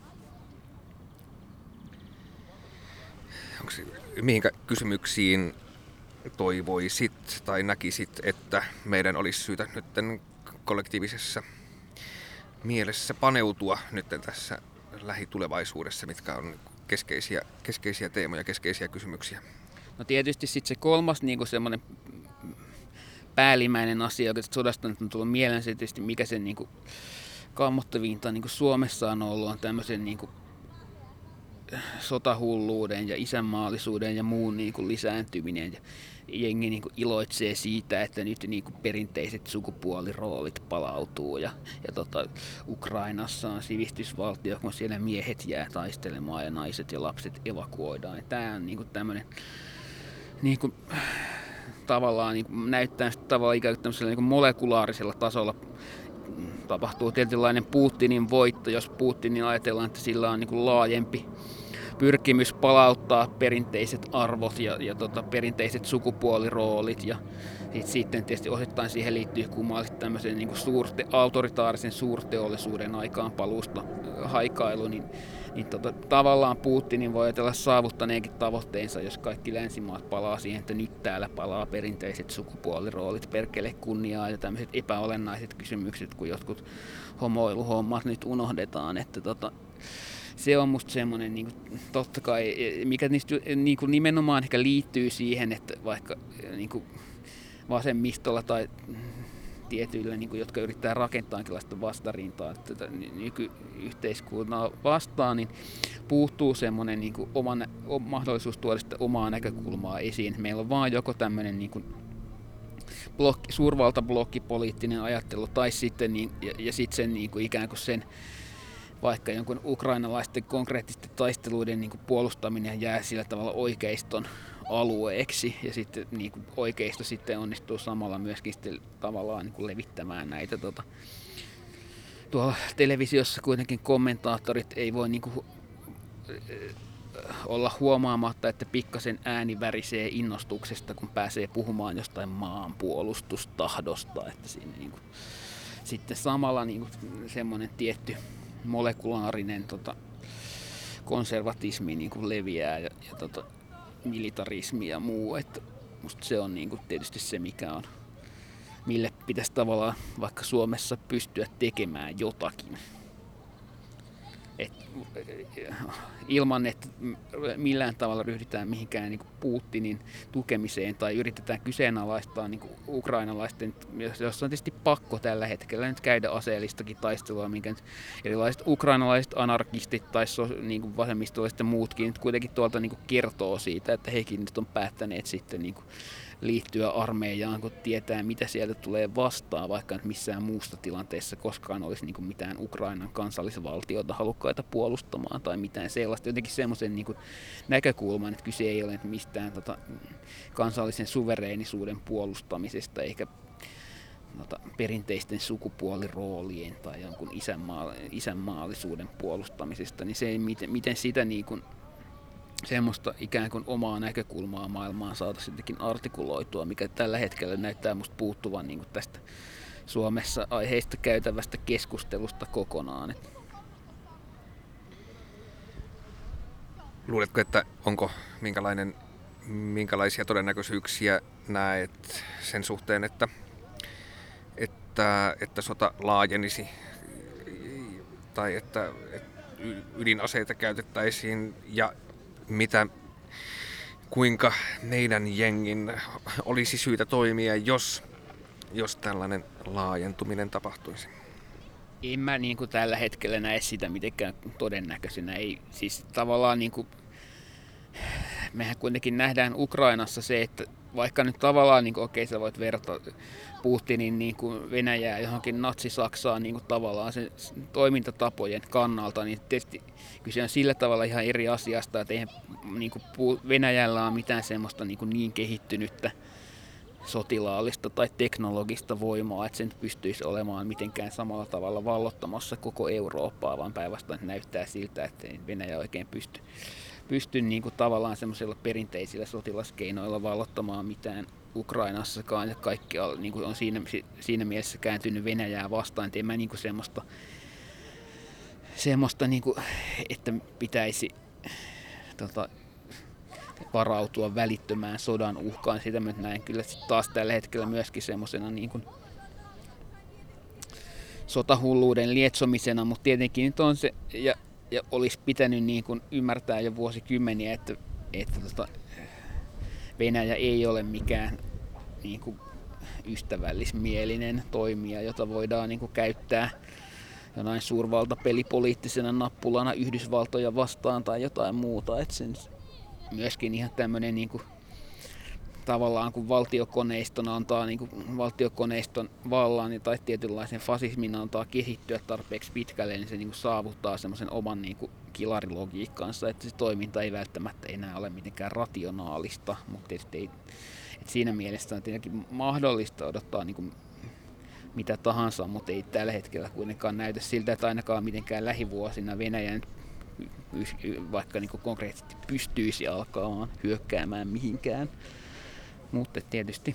Onko mihinkä kysymyksiin toivoisit tai näkisit, että meidän olisi syytä nyt kollektiivisessa mielessä paneutua nyt tässä lähitulevaisuudessa, mitkä on keskeisiä, keskeisiä teemoja, keskeisiä kysymyksiä? No tietysti sitten se kolmas niin semmoinen päällimmäinen asia, joka sodasta nyt on tullut mieleen, se tietysti mikä sen niin kammottavinta niin Suomessa on ollut, on tämmöisen niin sotahulluuden ja isänmaallisuuden ja muun niin kuin lisääntyminen. Ja jengi niin kuin iloitsee siitä, että nyt niin kuin perinteiset sukupuoliroolit palautuu ja, ja tota, Ukrainassa on sivistysvaltio, kun siellä miehet jää taistelemaan ja naiset ja lapset evakuoidaan. Ja tämä on niin kuin tämmöinen niin kuin, tavallaan niin kuin, näyttää tavallaan ikään kuin tämmöisellä niin kuin molekulaarisella tasolla tapahtuu tietynlainen Putinin voitto, jos Putinin ajatellaan, että sillä on niin kuin laajempi pyrkimys palauttaa perinteiset arvot ja, ja tota, perinteiset sukupuoliroolit. Ja sit, sitten tietysti osittain siihen liittyy kummallisesti tämmöisen niin kuin suurte, autoritaarisen suurteollisuuden aikaan paluusta haikailu, niin, niin tota, tavallaan Putinin voi ajatella saavuttaneenkin tavoitteensa, jos kaikki länsimaat palaa siihen, että nyt täällä palaa perinteiset sukupuoliroolit, perkele kunniaa ja tämmöiset epäolennaiset kysymykset, kun jotkut homoiluhommat nyt unohdetaan, että tota, se on musta semmoinen, niin kuin, totta kai, mikä niistä, niin kuin nimenomaan ehkä liittyy siihen, että vaikka niin kuin vasemmistolla tai tietyillä, niin kuin, jotka yrittää rakentaa jonkinlaista vastarintaa tätä nykyyhteiskuntaa vastaan, niin puuttuu semmoinen niin kuin, oman, mahdollisuus tuoda sitä omaa näkökulmaa esiin. Meillä on vaan joko tämmöinen niin kuin, blokki, suurvaltablokkipoliittinen ajattelu tai sitten, niin, ja, ja sitten sen niin kuin, ikään kuin sen vaikka jonkun ukrainalaisten konkreettisten taisteluiden niin kuin puolustaminen jää sillä tavalla oikeiston alueeksi ja sitten niin kuin oikeisto sitten onnistuu samalla myöskin sitten tavallaan niin kuin levittämään näitä tota, tuolla televisiossa kuitenkin kommentaattorit ei voi niin kuin olla huomaamatta, että pikkasen ääni värisee innostuksesta, kun pääsee puhumaan jostain maanpuolustustahdosta, että siinä niin kuin, sitten samalla niin kuin semmoinen tietty molekulaarinen tota, konservatismi niin kuin leviää ja, ja tota, militarismi ja muu, että musta se on niin kuin tietysti se, mikä on, mille pitäisi tavallaan vaikka Suomessa pystyä tekemään jotakin. Et, ilman, että millään tavalla ryhdytään mihinkään niin kuin Putinin tukemiseen tai yritetään kyseenalaistaa niin kuin ukrainalaisten, jossa on tietysti pakko tällä hetkellä nyt käydä aseellistakin taistelua, minkä erilaiset ukrainalaiset anarkistit tai so, niin kuin vasemmistolaiset ja muutkin nyt kuitenkin tuolta niin kuin kertoo siitä, että hekin nyt on päättäneet sitten niin kuin liittyä armeijaan, kun tietää, mitä sieltä tulee vastaan, vaikka nyt missään muusta tilanteessa koskaan olisi niin kuin mitään Ukrainan kansallisvaltiota halukkaita puolustamaan tai mitään sellaista. Jotenkin semmoisen niin kuin näkökulman, että kyse ei ole mistään tota, kansallisen suvereenisuuden puolustamisesta eikä tota, perinteisten sukupuoliroolien tai jonkun isänmaa, isänmaallisuuden puolustamisesta, niin se ei, miten, miten sitä niin kuin semmoista ikään kuin omaa näkökulmaa maailmaan saataisiin jotenkin artikuloitua, mikä tällä hetkellä näyttää musta puuttuvan niin kuin tästä Suomessa aiheista käytävästä keskustelusta kokonaan. Luuletko, että onko minkälainen, minkälaisia todennäköisyyksiä näet sen suhteen, että, että, että sota laajenisi tai että, että ydinaseita käytettäisiin ja mitä, kuinka meidän jengin olisi syytä toimia, jos jos tällainen laajentuminen tapahtuisi? En mä niin kuin tällä hetkellä näe sitä mitenkään todennäköisenä. Ei, siis tavallaan niin kuin, mehän kuitenkin nähdään Ukrainassa se, että vaikka nyt tavallaan, niin kuin, okei sä voit verrata Putinin niin kuin Venäjää johonkin natsi-Saksaan niin kuin tavallaan sen toimintatapojen kannalta, niin tietysti kyse on sillä tavalla ihan eri asiasta, että eihän niin kuin Venäjällä ole mitään semmoista niin, kuin niin kehittynyttä sotilaallista tai teknologista voimaa, että sen pystyisi olemaan mitenkään samalla tavalla vallottamassa koko Eurooppaa, vaan päinvastoin näyttää siltä, että ei Venäjä oikein pysty, pysty niin kuin tavallaan semmoisilla perinteisillä sotilaskeinoilla vallottamaan mitään Ukrainassakaan, ja kaikki on, niin kuin on siinä, siinä mielessä kääntynyt Venäjää vastaan, että en mä niin kuin semmoista, semmoista niin kuin, että pitäisi tota, varautua välittömään sodan uhkaan. Sitä mä näen kyllä taas tällä hetkellä myöskin semmoisena niin kuin sotahulluuden lietsomisena, mutta tietenkin nyt on se, ja, ja olisi pitänyt niin kuin ymmärtää jo vuosikymmeniä, että, että tota, Venäjä ei ole mikään niin kuin ystävällismielinen toimija, jota voidaan niin kuin käyttää jonain suurvaltapelipoliittisena nappulana Yhdysvaltoja vastaan tai jotain muuta. Et sen myöskin ihan tämmöinen niin kuin, tavallaan kun valtiokoneiston antaa niin kuin, valtiokoneiston vallan tai tietynlaisen fasismin antaa kehittyä tarpeeksi pitkälle, niin se niin kuin, saavuttaa semmoisen oman niin kuin, kilarilogiikkansa, että se toiminta ei välttämättä enää ole mitenkään rationaalista, mutta tietysti ei, että siinä mielessä on tietenkin mahdollista odottaa niin kuin, mitä tahansa, mutta ei tällä hetkellä kuitenkaan näytä siltä, että ainakaan mitenkään lähivuosina Venäjän vaikka niin kuin konkreettisesti pystyisi alkaa hyökkäämään mihinkään. Mutta tietysti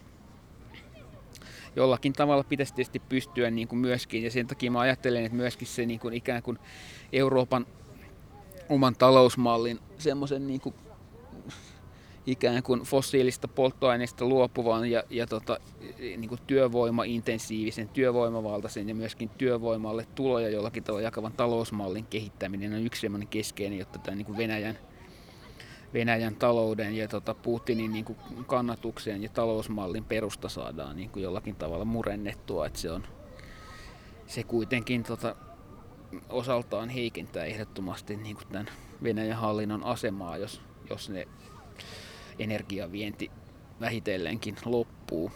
jollakin tavalla pitäisi tietysti pystyä niin kuin myöskin, ja sen takia mä ajattelen, että myöskin se niin kuin ikään kuin Euroopan oman talousmallin semmoisen niin kuin ikään kuin fossiilista polttoaineista luopuvan ja, ja tota, niin kuin työvoimaintensiivisen, työvoimavaltaisen ja myöskin työvoimalle tuloja jollakin tavalla jakavan talousmallin kehittäminen on yksi semmoinen keskeinen, jotta tämä niin kuin Venäjän, Venäjän talouden ja tota, Putinin niin kuin kannatuksen ja talousmallin perusta saadaan niin kuin jollakin tavalla murennettua, että se on se kuitenkin tota, osaltaan heikentää ehdottomasti niin kuin tämän Venäjän hallinnon asemaa, jos, jos ne energiavienti vähitellenkin loppuu.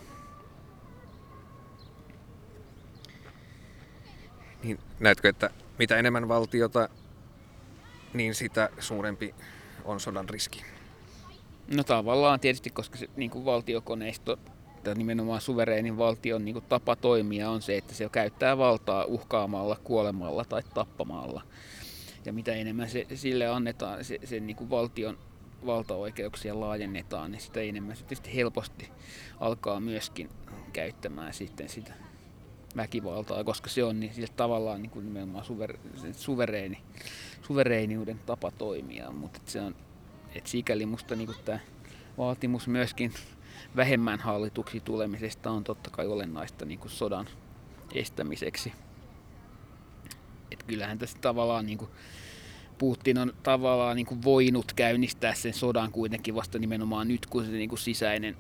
Niin, näetkö, että mitä enemmän valtiota, niin sitä suurempi on sodan riski? No tavallaan tietysti, koska se niin kuin valtiokoneisto tai nimenomaan suvereenin valtion niin kuin tapa toimia on se, että se käyttää valtaa uhkaamalla, kuolemalla tai tappamalla. Ja mitä enemmän se, sille annetaan, se, sen niin kuin valtion valtaoikeuksia laajennetaan, niin sitä enemmän se tietysti helposti alkaa myöskin käyttämään sitten sitä väkivaltaa, koska se on niin sillä tavallaan niin kuin nimenomaan suver, suvereeni, suvereeniuden tapa toimia, mutta se on, et sikäli musta niin kuin tämä vaatimus myöskin vähemmän hallituksi tulemisesta on totta kai olennaista niin kuin sodan estämiseksi. Et kyllähän tässä tavallaan niin kuin Putin on tavallaan niin kuin voinut käynnistää sen sodan kuitenkin vasta nimenomaan nyt, kun se niin kuin sisäinen,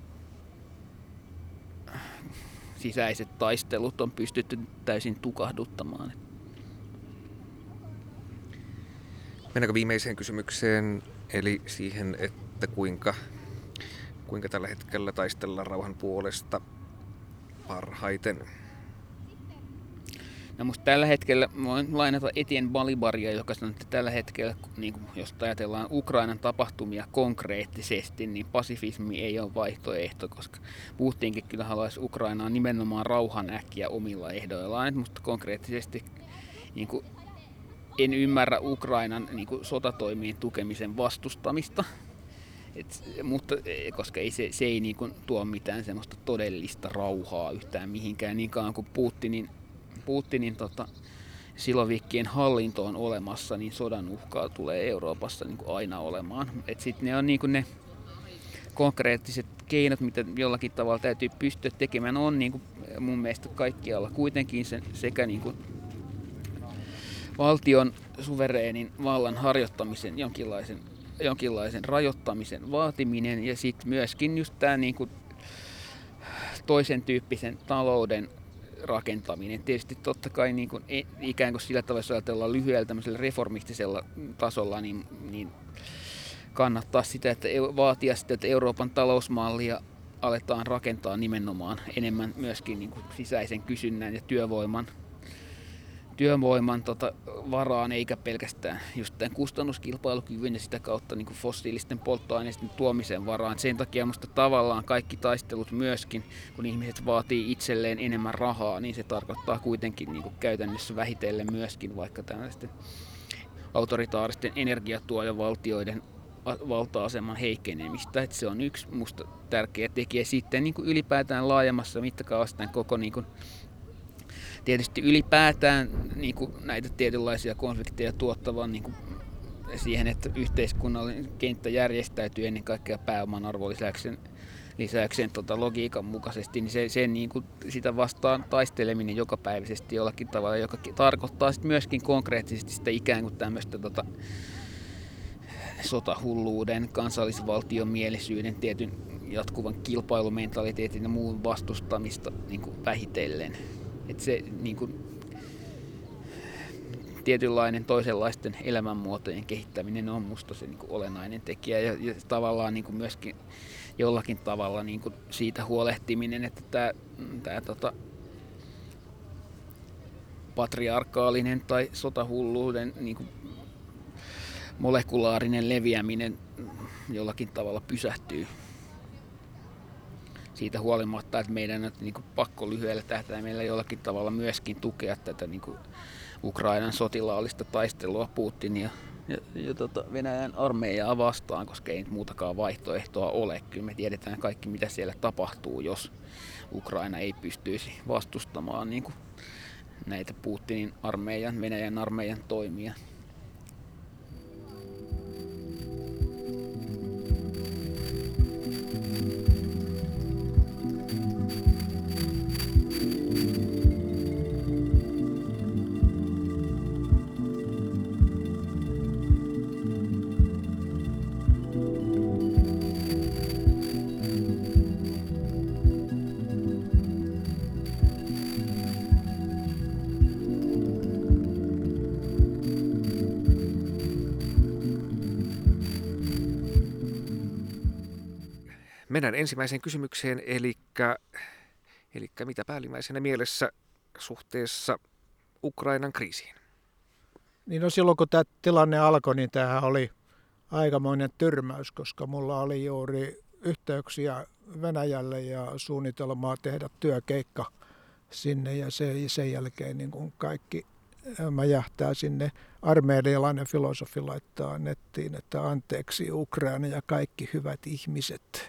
sisäiset taistelut on pystytty täysin tukahduttamaan. Mennäänkö viimeiseen kysymykseen, eli siihen, että kuinka, kuinka tällä hetkellä taistellaan rauhan puolesta parhaiten? No musta tällä hetkellä, voin lainata Etienne Balibaria, joka sanoi, että tällä hetkellä, niin kuin jos ajatellaan Ukrainan tapahtumia konkreettisesti, niin pasifismi ei ole vaihtoehto, koska Putinkin kyllä haluaisi Ukrainaan nimenomaan rauhan äkkiä omilla ehdoillaan. Mutta konkreettisesti niin kuin, en ymmärrä Ukrainan niin kuin, sotatoimien tukemisen vastustamista, Et, mutta, koska ei, se, se ei niin kuin, tuo mitään semmoista todellista rauhaa yhtään mihinkään niin kauan kuin Putinin Putinin tota, siloviikkien hallinto on olemassa, niin sodan uhkaa tulee Euroopassa niin kuin aina olemaan. Et sit ne on niin kuin ne konkreettiset keinot, mitä jollakin tavalla täytyy pystyä tekemään, on niin kuin mun mielestä kaikkialla kuitenkin sen, sekä niin kuin valtion suvereenin vallan harjoittamisen jonkinlaisen, jonkinlaisen rajoittamisen vaatiminen ja sitten myöskin just tämä niin kuin toisen tyyppisen talouden rakentaminen. Tietysti totta kai niin kuin, ikään kuin sillä tavalla, jos ajatellaan lyhyellä tämmöisellä reformistisella tasolla, niin, niin kannattaa sitä, että vaatia sitä, että Euroopan talousmallia aletaan rakentaa nimenomaan enemmän myöskin niin kuin sisäisen kysynnän ja työvoiman, työvoiman tota, varaan, eikä pelkästään just tämän kustannuskilpailukyvyn ja sitä kautta niin kuin fossiilisten polttoaineiden tuomisen varaan. Sen takia minusta tavallaan kaikki taistelut myöskin, kun ihmiset vaatii itselleen enemmän rahaa, niin se tarkoittaa kuitenkin niin kuin käytännössä vähitellen myöskin vaikka tällaisten autoritaaristen energiatuojavaltioiden valta-aseman heikkenemistä. Että se on yksi musta tärkeä tekijä. Sitten niin kuin ylipäätään laajemmassa mittakaavassa tämän koko niin kuin, tietysti ylipäätään niin kuin näitä tietynlaisia konflikteja tuottavan niin kuin siihen, että yhteiskunnallinen kenttä järjestäytyy ennen kaikkea pääoman arvonlisäyksen lisäyksen tota, logiikan mukaisesti, niin se, se niin kuin sitä vastaan taisteleminen jokapäiväisesti jollakin tavalla, joka tarkoittaa sit myöskin konkreettisesti sitä ikään kuin tämmöistä tota, sotahulluuden, kansallisvaltion mielisyyden, tietyn jatkuvan kilpailumentaliteetin ja muun vastustamista niin kuin vähitellen. Että se niin kuin, tietynlainen toisenlaisten elämänmuotojen kehittäminen on musta se niin kuin olennainen tekijä ja, ja tavallaan niin kuin myöskin jollakin tavalla niin kuin siitä huolehtiminen, että tämä, tämä tota, patriarkaalinen tai sotahulluuden niin kuin molekulaarinen leviäminen jollakin tavalla pysähtyy. Siitä huolimatta, että meidän on niin kuin pakko lyhyellä tähtäimellä jollakin tavalla myöskin tukea tätä niin kuin Ukrainan sotilaallista taistelua Putinia ja, ja tota Venäjän armeijaa vastaan, koska ei nyt muutakaan vaihtoehtoa ole. Kyllä me tiedetään kaikki, mitä siellä tapahtuu, jos Ukraina ei pystyisi vastustamaan niin kuin näitä Putinin armeijan, Venäjän armeijan toimia. Mennään ensimmäiseen kysymykseen, eli, eli mitä päällimmäisenä mielessä suhteessa Ukrainan kriisiin? Niin no silloin kun tämä tilanne alkoi, niin tämähän oli aikamoinen tyrmäys, koska mulla oli juuri yhteyksiä Venäjälle ja suunnitelmaa tehdä työkeikka sinne ja se, sen jälkeen niin kun kaikki mäjähtää sinne. Armeijalainen filosofi laittaa nettiin, että anteeksi Ukraina ja kaikki hyvät ihmiset,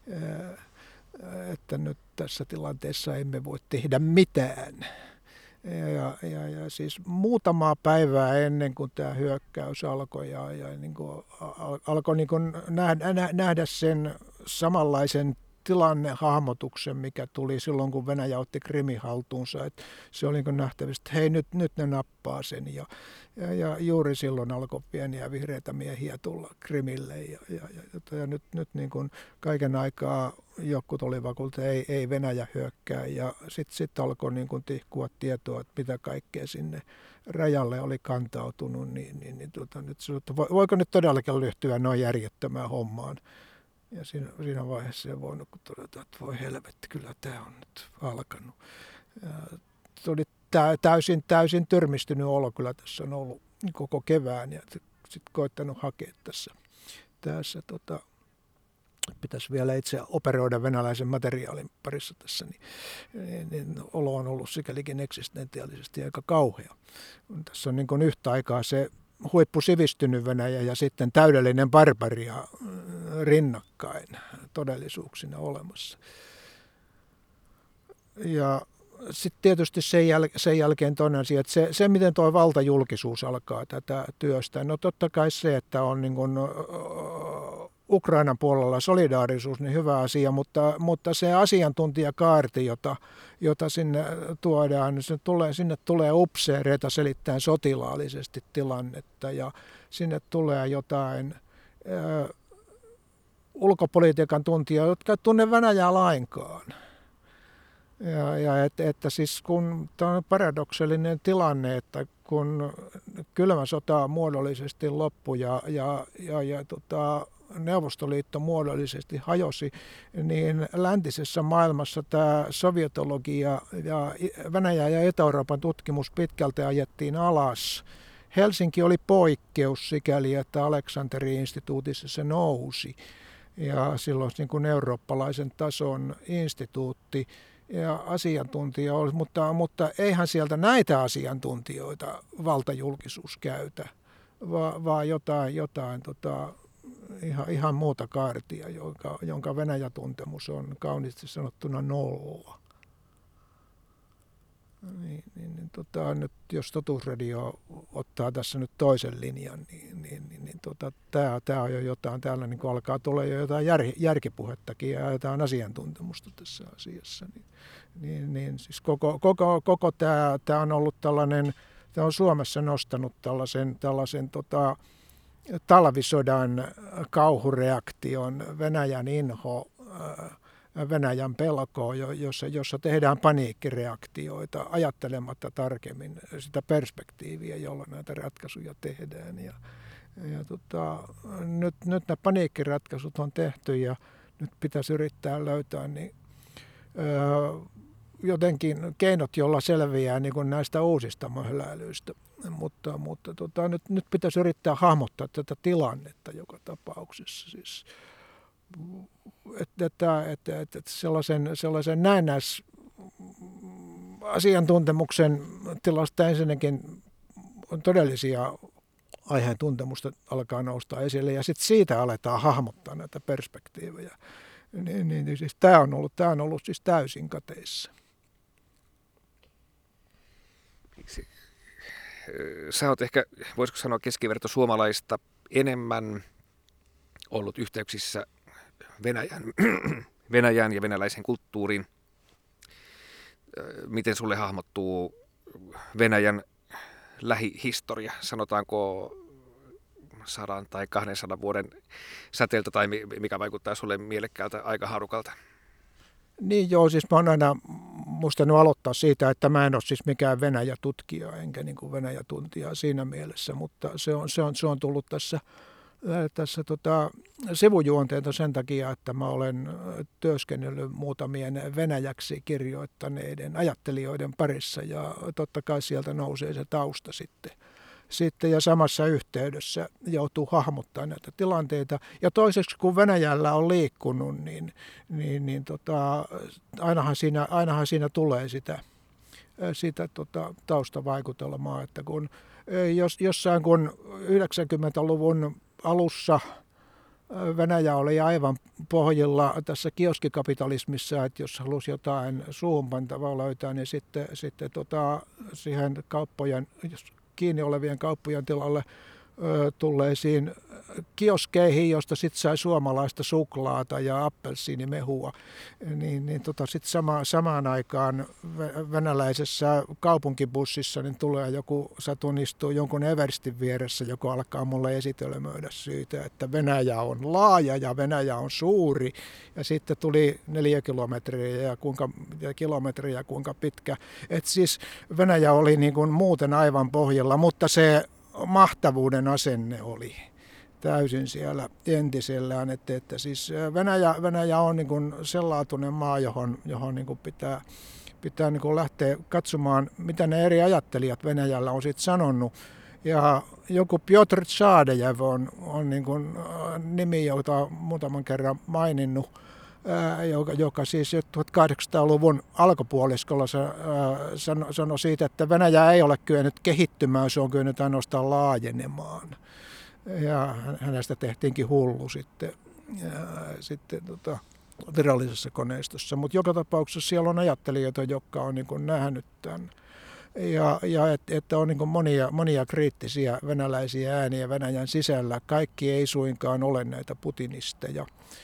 että nyt tässä tilanteessa emme voi tehdä mitään. Ja, ja, ja siis muutamaa päivää ennen kuin tämä hyökkäys alkoi ja, ja niin kuin al, alkoi niin kuin nähdä, nähdä sen samanlaisen tilannehahmotuksen, mikä tuli silloin, kun Venäjä otti Krimin haltuunsa. Että se oli niin nähtävissä, että hei, nyt, nyt ne nappaa sen. Ja, ja, ja juuri silloin alkoi pieniä vihreitä miehiä tulla Krimille. Ja, ja, ja, ja nyt, nyt niin kuin kaiken aikaa jotkut oli vakuutettu, että ei, ei Venäjä hyökkää. Ja sitten sit alkoi niin kuin tihkua tietoa, että mitä kaikkea sinne rajalle oli kantautunut. Niin, niin, niin tuota, nyt sanoi, että voiko nyt todellakin ryhtyä noin järjettömään hommaan. Ja siinä, siinä vaiheessa ei voinut todeta, että voi helvetti, kyllä tämä on nyt alkanut. Tuli täysin, täysin tyrmistynyt olo, kyllä tässä on ollut koko kevään ja sitten koittanut hakea tässä. tässä tota, pitäisi vielä itse operoida venäläisen materiaalin parissa tässä, niin, niin, niin olo on ollut sikälikin eksistentiaalisesti aika kauhea. Tässä on niin kuin yhtä aikaa se huippusivistynyt Venäjä ja sitten täydellinen barbaria rinnakkain todellisuuksina olemassa. Ja sitten tietysti sen, jäl- sen jälkeen toinen asia, että se, se miten tuo valtajulkisuus alkaa tätä työstä. No totta kai se, että on niin kuin Ukrainan puolella solidaarisuus, niin hyvä asia, mutta, mutta se asiantuntijakaarti, jota, jota sinne tuodaan, niin se tulee, sinne tulee upseereita selittämään sotilaallisesti tilannetta ja sinne tulee jotain ö, ulkopolitiikan tuntijoita, jotka ei tunne Venäjää lainkaan. Ja, ja että, että siis kun tämä on paradoksaalinen tilanne, että kun kylmä sota muodollisesti loppui ja, ja, ja, ja tota, Neuvostoliitto muodollisesti hajosi, niin läntisessä maailmassa tämä sovietologia ja Venäjä ja Etä-Euroopan tutkimus pitkälti ajettiin alas. Helsinki oli poikkeus sikäli, että Aleksanteri-instituutissa se nousi. Ja silloin niin kuin eurooppalaisen tason instituutti ja asiantuntija oli, mutta, mutta eihän sieltä näitä asiantuntijoita valtajulkisuus käytä, vaan, vaan jotain, jotain tota, ihan, ihan muuta kaartia, jonka, jonka Venäjä-tuntemus on kauniisti sanottuna nolla. Niin, niin, niin, tota, nyt, jos Totuusradio ottaa tässä nyt toisen linjan, niin, niin, niin, niin tota, tämä on jo jotain, täällä niin alkaa tulla jo jotain jär, järkipuhettakin ja jotain asiantuntemusta tässä asiassa. Niin, niin, niin siis koko, koko, koko tämä on ollut tällainen, tämä on Suomessa nostanut tällaisen, tällaisen tota, talvisodan kauhureaktion, Venäjän inho, Venäjän pelkoa, jossa, jossa tehdään paniikkireaktioita ajattelematta tarkemmin sitä perspektiiviä, jolla näitä ratkaisuja tehdään. Ja, ja tota, nyt, nyt nämä paniikkiratkaisut on tehty ja nyt pitäisi yrittää löytää niin, öö, jotenkin keinot, jolla selviää niin kuin näistä uusista möhläilyistä. Mutta, mutta tota, nyt, nyt pitäisi yrittää hahmottaa tätä tilannetta joka tapauksessa. Siis, että, että, että, että sellaisen, sellaisen näennäis asiantuntemuksen tilasta ensinnäkin on todellisia aiheen tuntemusta alkaa nousta esille ja sitten siitä aletaan hahmottaa näitä perspektiivejä. Niin, niin, siis tämä on ollut, tämä on ollut siis täysin kateissa. Sä oot ehkä, voisiko sanoa keskiverto suomalaista, enemmän ollut yhteyksissä Venäjän, Venäjän ja venäläisen kulttuurin. Miten sulle hahmottuu Venäjän lähihistoria, sanotaanko sadan tai kahdensadan vuoden säteeltä, tai mikä vaikuttaa sulle mielekkäältä aikahaarukalta? Niin joo, siis mä oon aina muistanut aloittaa siitä, että mä en ole siis mikään Venäjä-tutkija enkä niin kuin Venäjä-tuntija siinä mielessä, mutta se on, se on, se on tullut tässä, tässä tota, sivujuonteita sen takia, että mä olen työskennellyt muutamien venäjäksi kirjoittaneiden ajattelijoiden parissa ja totta kai sieltä nousee se tausta sitten. Sitten ja samassa yhteydessä joutuu hahmottamaan näitä tilanteita. Ja toiseksi, kun Venäjällä on liikkunut, niin, niin, niin tota, ainahan, siinä, ainahan siinä tulee sitä, sitä tota, taustavaikutelmaa, että kun jos, jossain kun yhdeksänkymmentäluvun alussa Venäjä oli aivan pohjilla tässä kioskikapitalismissa, että jos halusi jotain suuhunpantavaa löytää, niin sitten, sitten tota, siihen kauppojen, kiinni olevien kauppojen tilalle ö, tulleisiin kioskeihin, josta sitten sai suomalaista suklaata ja appelsiinimehua, niin, niin tota sitten sama, samaan aikaan venäläisessä kaupunkibussissa niin tulee joku, satun istuu jonkun Everstin vieressä, joka alkaa mulle esitelmöidä syytä, että Venäjä on laaja ja Venäjä on suuri, ja sitten tuli neljä kilometriä ja kuinka ja kilometriä kuinka pitkä. Et siis Venäjä oli niin kuin muuten aivan pohjalla, mutta se mahtavuuden asenne oli täysin siellä entisellään, että, että siis Venäjä, Venäjä on niin kuin sellaatuinen maa, johon, johon niin kuin pitää, pitää niin kuin lähteä katsomaan, mitä ne eri ajattelijat Venäjällä on siitä sanonut. Ja joku Piotr Tšadejev on, on niin kuin nimi, jota olen muutaman kerran maininnut, ää, joka, joka siis tuhatkahdeksansataaluvun alkupuoliskolla sanoi sano siitä, että Venäjä ei ole kyennyt kehittymään, se on kyennyt ainoastaan laajenemaan. Ja hänestä tehtiinkin hullu sitten, ja sitten tota, virallisessa koneistossa. Mutta joka tapauksessa siellä on ajattelijoita, jotka on niin kuin nähnyt tämän. Ja, ja että et on niin kuin monia, monia kriittisiä venäläisiä ääniä Venäjän sisällä. Kaikki ei suinkaan ole näitä putinisteja.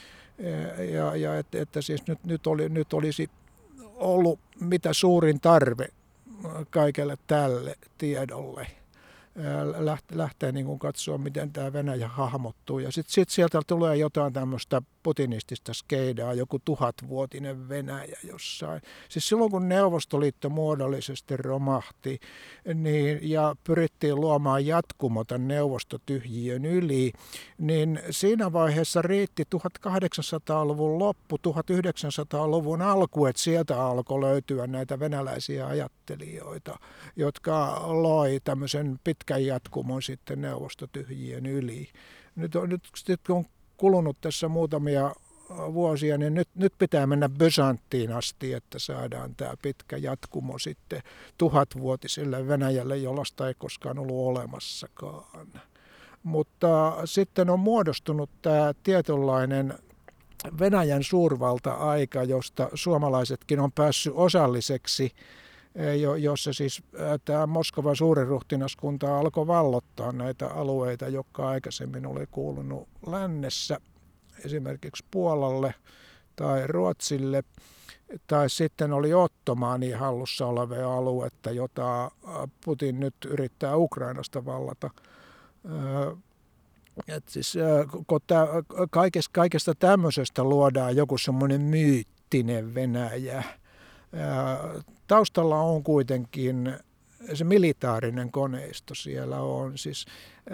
Ja, ja että, että siis nyt, nyt, oli, nyt olisi ollut mitä suurin tarve kaikelle tälle tiedolle. lähtee, lähtee niin kuin katsoa, miten tämä Venäjä hahmottuu. Ja sitten sit sieltä tulee jotain tämmöistä putinistista skeidaa, joku tuhatvuotinen Venäjä jossain. Siis silloin, kun Neuvostoliitto muodollisesti romahti niin, ja pyrittiin luomaan jatkumota neuvostotyhjiön yli, niin siinä vaiheessa riitti tuhatkahdeksansataaluvun loppu, tuhatyhdeksänsataaluvun alku, että sieltä alkoi löytyä näitä venäläisiä ajattelijoita, jotka loi tämmöisen pitkän jatkumon sitten neuvostotyhjien yli. Nyt on, nyt, nyt on kulunut tässä muutamia vuosia, niin nyt, nyt pitää mennä Bysanttiin asti, että saadaan tämä pitkä jatkumo sitten tuhatvuotiselle Venäjälle, jollaista ei koskaan ollut olemassakaan. Mutta sitten on muodostunut tämä tietynlainen Venäjän suurvalta-aika, josta suomalaisetkin on päässyt osalliseksi, jossa siis tämä Moskovan suuriruhtinaskunta alkoi vallottaa näitä alueita, jotka aikaisemmin oli kuulunut lännessä, esimerkiksi Puolalle tai Ruotsille, tai sitten oli Ottomaanien hallussa olevia aluetta, jota Putin nyt yrittää Ukrainasta vallata. Et siis, kun tää, kaikesta, kaikesta tämmöisestä luodaan joku semmoinen myyttinen Venäjä. Taustalla on kuitenkin se militaarinen koneisto siellä on. Siis,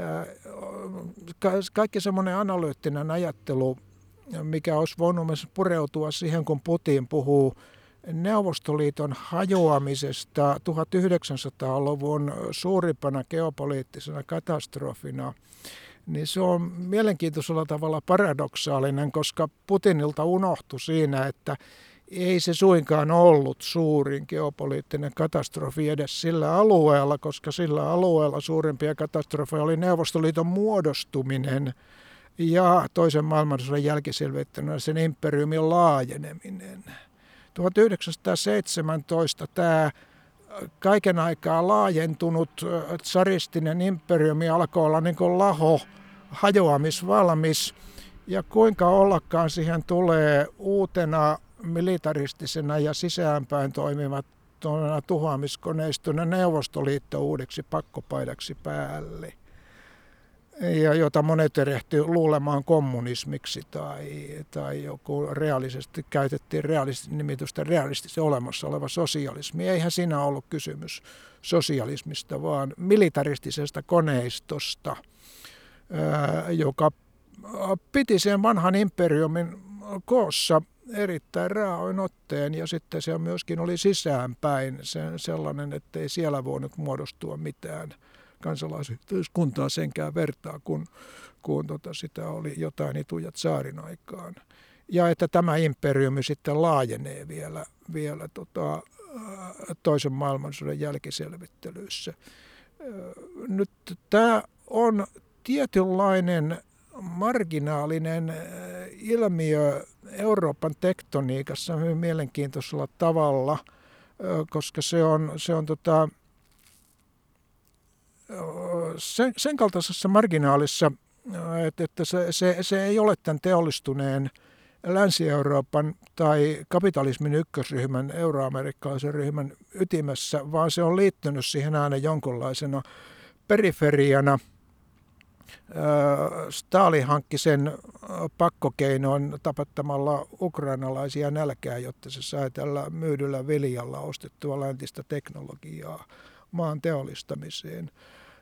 kaikki semmoinen analyyttinen ajattelu, mikä olisi voinut myös pureutua siihen, kun Putin puhuu Neuvostoliiton hajoamisesta tuhatyhdeksänsataaluvun suurimpana geopoliittisena katastrofina, niin se on mielenkiintoisella tavalla paradoksaalinen, koska Putinilta unohtui siinä, että ei se suinkaan ollut suurin geopoliittinen katastrofi edes sillä alueella, koska sillä alueella suurimpia katastrofeja oli Neuvostoliiton muodostuminen ja toisen maailmansodan jälkiselvittänä sen imperiumin laajeneminen. tuhatyhdeksänsataaseitsemäntoista tämä kaiken aikaa laajentunut tsaristinen imperiumi alkoi olla niin kuin laho, hajoamisvalmis, ja kuinka ollakaan siihen tulee uutena militaristisena ja sisäänpäin toimimattomana tuhoamiskoneistona Neuvostoliitto uudeksi pakkopaidaksi päälle, ja jota monet erehtyy luulemaan kommunismiksi tai, tai joku realisesti käytettiin realisti, nimitystä realistisesti olemassa oleva sosialismi. Eihän siinä ollut kysymys sosialismista, vaan militaristisesta koneistosta, ää, joka piti sen vanhan imperiumin koossa erittäin raaoin otteen, ja sitten se myöskin oli sisäänpäin sen, sellainen, ettei siellä voinut muodostua mitään kansalaisyhteiskuntaa senkään vertaa, kun, kun tota sitä oli jotain ituja tsaarin aikaan. Ja että tämä imperiumi sitten laajenee vielä, vielä tota, toisen maailmansodan jälkiselvittelyissä. Nyt tämä on tietynlainen marginaalinen ilmiö Euroopan tektoniikassa hyvin mielenkiintoisella tavalla, koska se on, se on tota, sen, sen kaltaisessa marginaalissa, että, että se, se, se ei ole tämän teollistuneen Länsi-Euroopan tai kapitalismin ykkösryhmän, euroamerikkalaisen ryhmän ytimessä, vaan se on liittynyt siihen aina jonkunlaisena periferiana. Stalin hankki sen pakkokeinoin tapattamalla ukrainalaisia nälkää, jotta se sai tällä myydyllä viljalla ostettua läntistä teknologiaa maan teollistamiseen.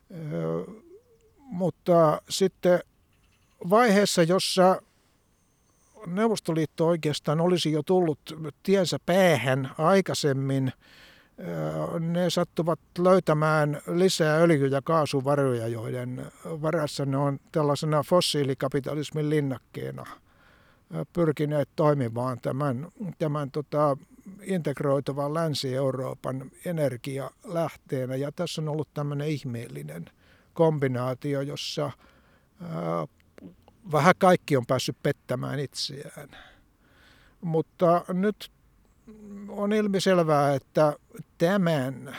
Mutta sitten vaiheessa, jossa Neuvostoliitto oikeastaan olisi jo tullut tiensä päähän aikaisemmin, ne sattuvat löytämään lisää öljy- ja kaasuvaroja, joiden varassa ne on tällaisena fossiilikapitalismin linnakkeena pyrkineet toimimaan tämän, tämän tota, integroituvan Länsi-Euroopan energialähteenä. Ja tässä on ollut tämmöinen ihmeellinen kombinaatio, jossa ää, vähän kaikki on päässyt pettämään itseään. Mutta nyt on ilmiselvää, että tämän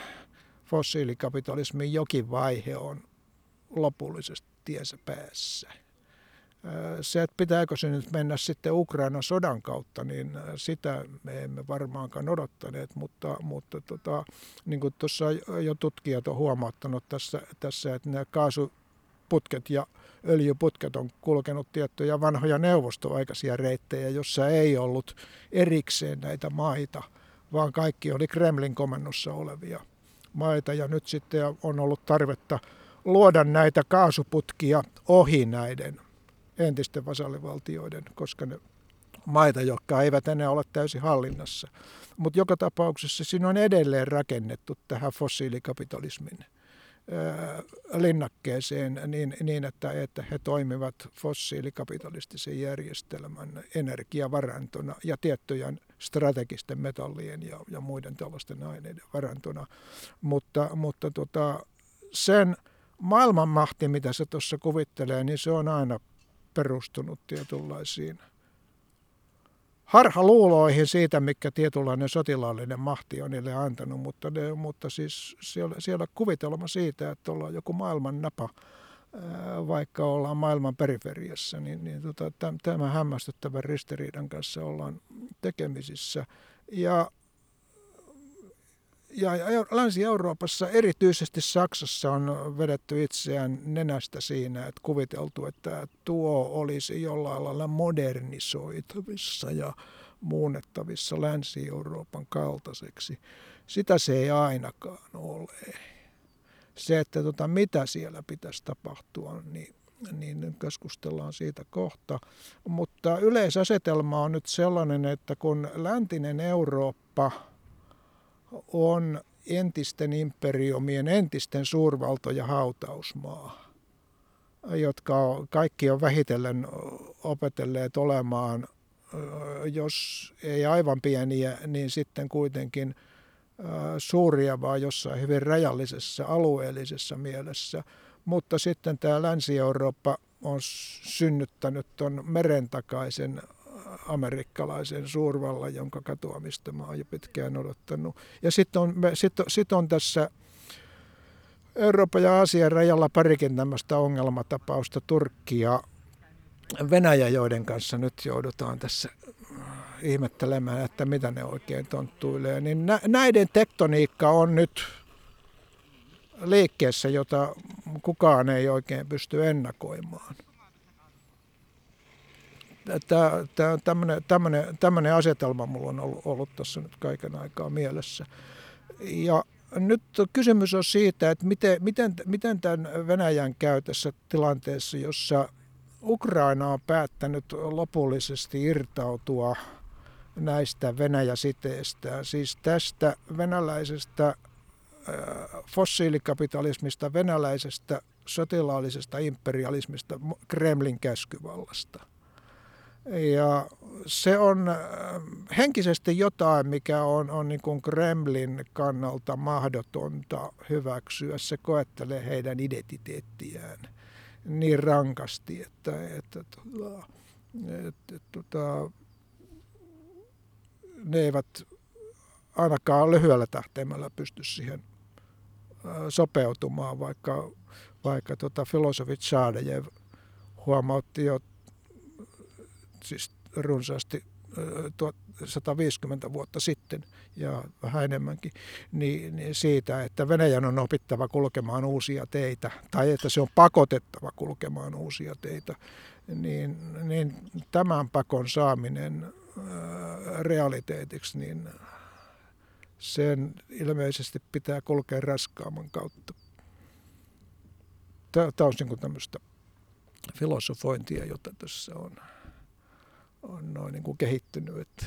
fossiilikapitalismin jokin vaihe on lopullisesti tiensä päässä. Se, että pitääkö se nyt mennä sitten Ukrainan sodan kautta, niin sitä me emme varmaankaan odottaneet, mutta, mutta tota, niin kuin tuossa jo tutkijat on huomauttanut tässä, tässä että nämä kaasuputket ja öljyputket on kulkenut tiettyjä vanhoja neuvostoaikaisia reittejä, jossa ei ollut erikseen näitä maita, vaan kaikki oli Kremlin komennossa olevia maita, ja nyt sitten on ollut tarvetta luoda näitä kaasuputkia ohi näiden entisten vasallivaltioiden, koska ne maita, jotka eivät enää ole täysin hallinnassa. Mutta joka tapauksessa siinä on edelleen rakennettu tähän fossiilikapitalismin linnakkeeseen niin, niin että, että he toimivat fossiilikapitalistisen järjestelmän energiavarantona ja tiettyjen strategisten metallien ja, ja muiden tällaisten aineiden varantona. Mutta, mutta tota, sen maailmanmahti, mitä se tuossa kuvittelee, niin se on aina perustunut tietynlaisiin harhaluuloihin siitä, mikä tietynlainen sotilaallinen mahti on niille antanut, mutta, ne, mutta siis siellä, siellä kuvitelma siitä, että ollaan joku maailman napa, vaikka ollaan maailman periferiassa, niin, niin tota, tämän hämmästyttävän ristiriidan kanssa ollaan tekemisissä. Ja Ja Länsi-Euroopassa, erityisesti Saksassa, on vedetty itseään nenästä siinä, että kuviteltu, että tuo olisi jollain lailla modernisoitavissa ja muunnettavissa Länsi-Euroopan kaltaiseksi. Sitä se ei ainakaan ole. Se, että tota, mitä siellä pitäisi tapahtua, niin, niin keskustellaan siitä kohta. Mutta yleisasetelma on nyt sellainen, että kun läntinen Eurooppa on entisten imperiumien, entisten suurvaltojen hautausmaa, jotka kaikki on vähitellen opetelleet olemaan, jos ei aivan pieniä, niin sitten kuitenkin suuria, vaan jossain hyvin rajallisessa alueellisessa mielessä. Mutta sitten tämä Länsi-Eurooppa on synnyttänyt tuon merentakaisen amerikkalaisen suurvallan, jonka katoamista mä oon jo pitkään odottanut. Ja sitten on, sit, sit on tässä Euroopan ja Aasian rajalla parikin tämmöistä ongelmatapausta, Turkki ja Venäjä, joiden kanssa nyt joudutaan tässä ihmettelemään, että mitä ne oikein tonttuilee. Niin näiden tektoniikka on nyt liikkeessä, jota kukaan ei oikein pysty ennakoimaan. Tämmöinen asetelma mulla on ollut, ollut tässä nyt kaiken aikaa mielessä. Ja nyt kysymys on siitä, että miten, miten, miten tämän Venäjän käy tässä tilanteessa, jossa Ukraina on päättänyt lopullisesti irtautua näistä Venäjä-siteistä, siis tästä venäläisestä fossiilikapitalismista, venäläisestä sotilaallisesta imperialismista, Kremlin käskyvallasta. Ja se on henkisesti jotain, mikä on, on niin kuin Kremlin kannalta mahdotonta hyväksyä. Se koettelee heidän identiteettiään niin rankasti, että, että, että, että, että ne eivät ainakaan lyhyellä tähtäimellä pysty siihen sopeutumaan, vaikka, vaikka tota filosofi Tšadejev huomautti jo siis runsaasti sata viisikymmentä vuotta sitten ja vähän enemmänkin, niin, niin siitä, että Venäjän on opittava kulkemaan uusia teitä tai että se on pakotettava kulkemaan uusia teitä, niin, niin tämän pakon saaminen ää, realiteetiksi, niin sen ilmeisesti pitää kulkea raskaamman kautta. Tämä on niin kuin tämmöistä filosofointia, jota tässä on. on noin niin kuin kehittynyt. Että.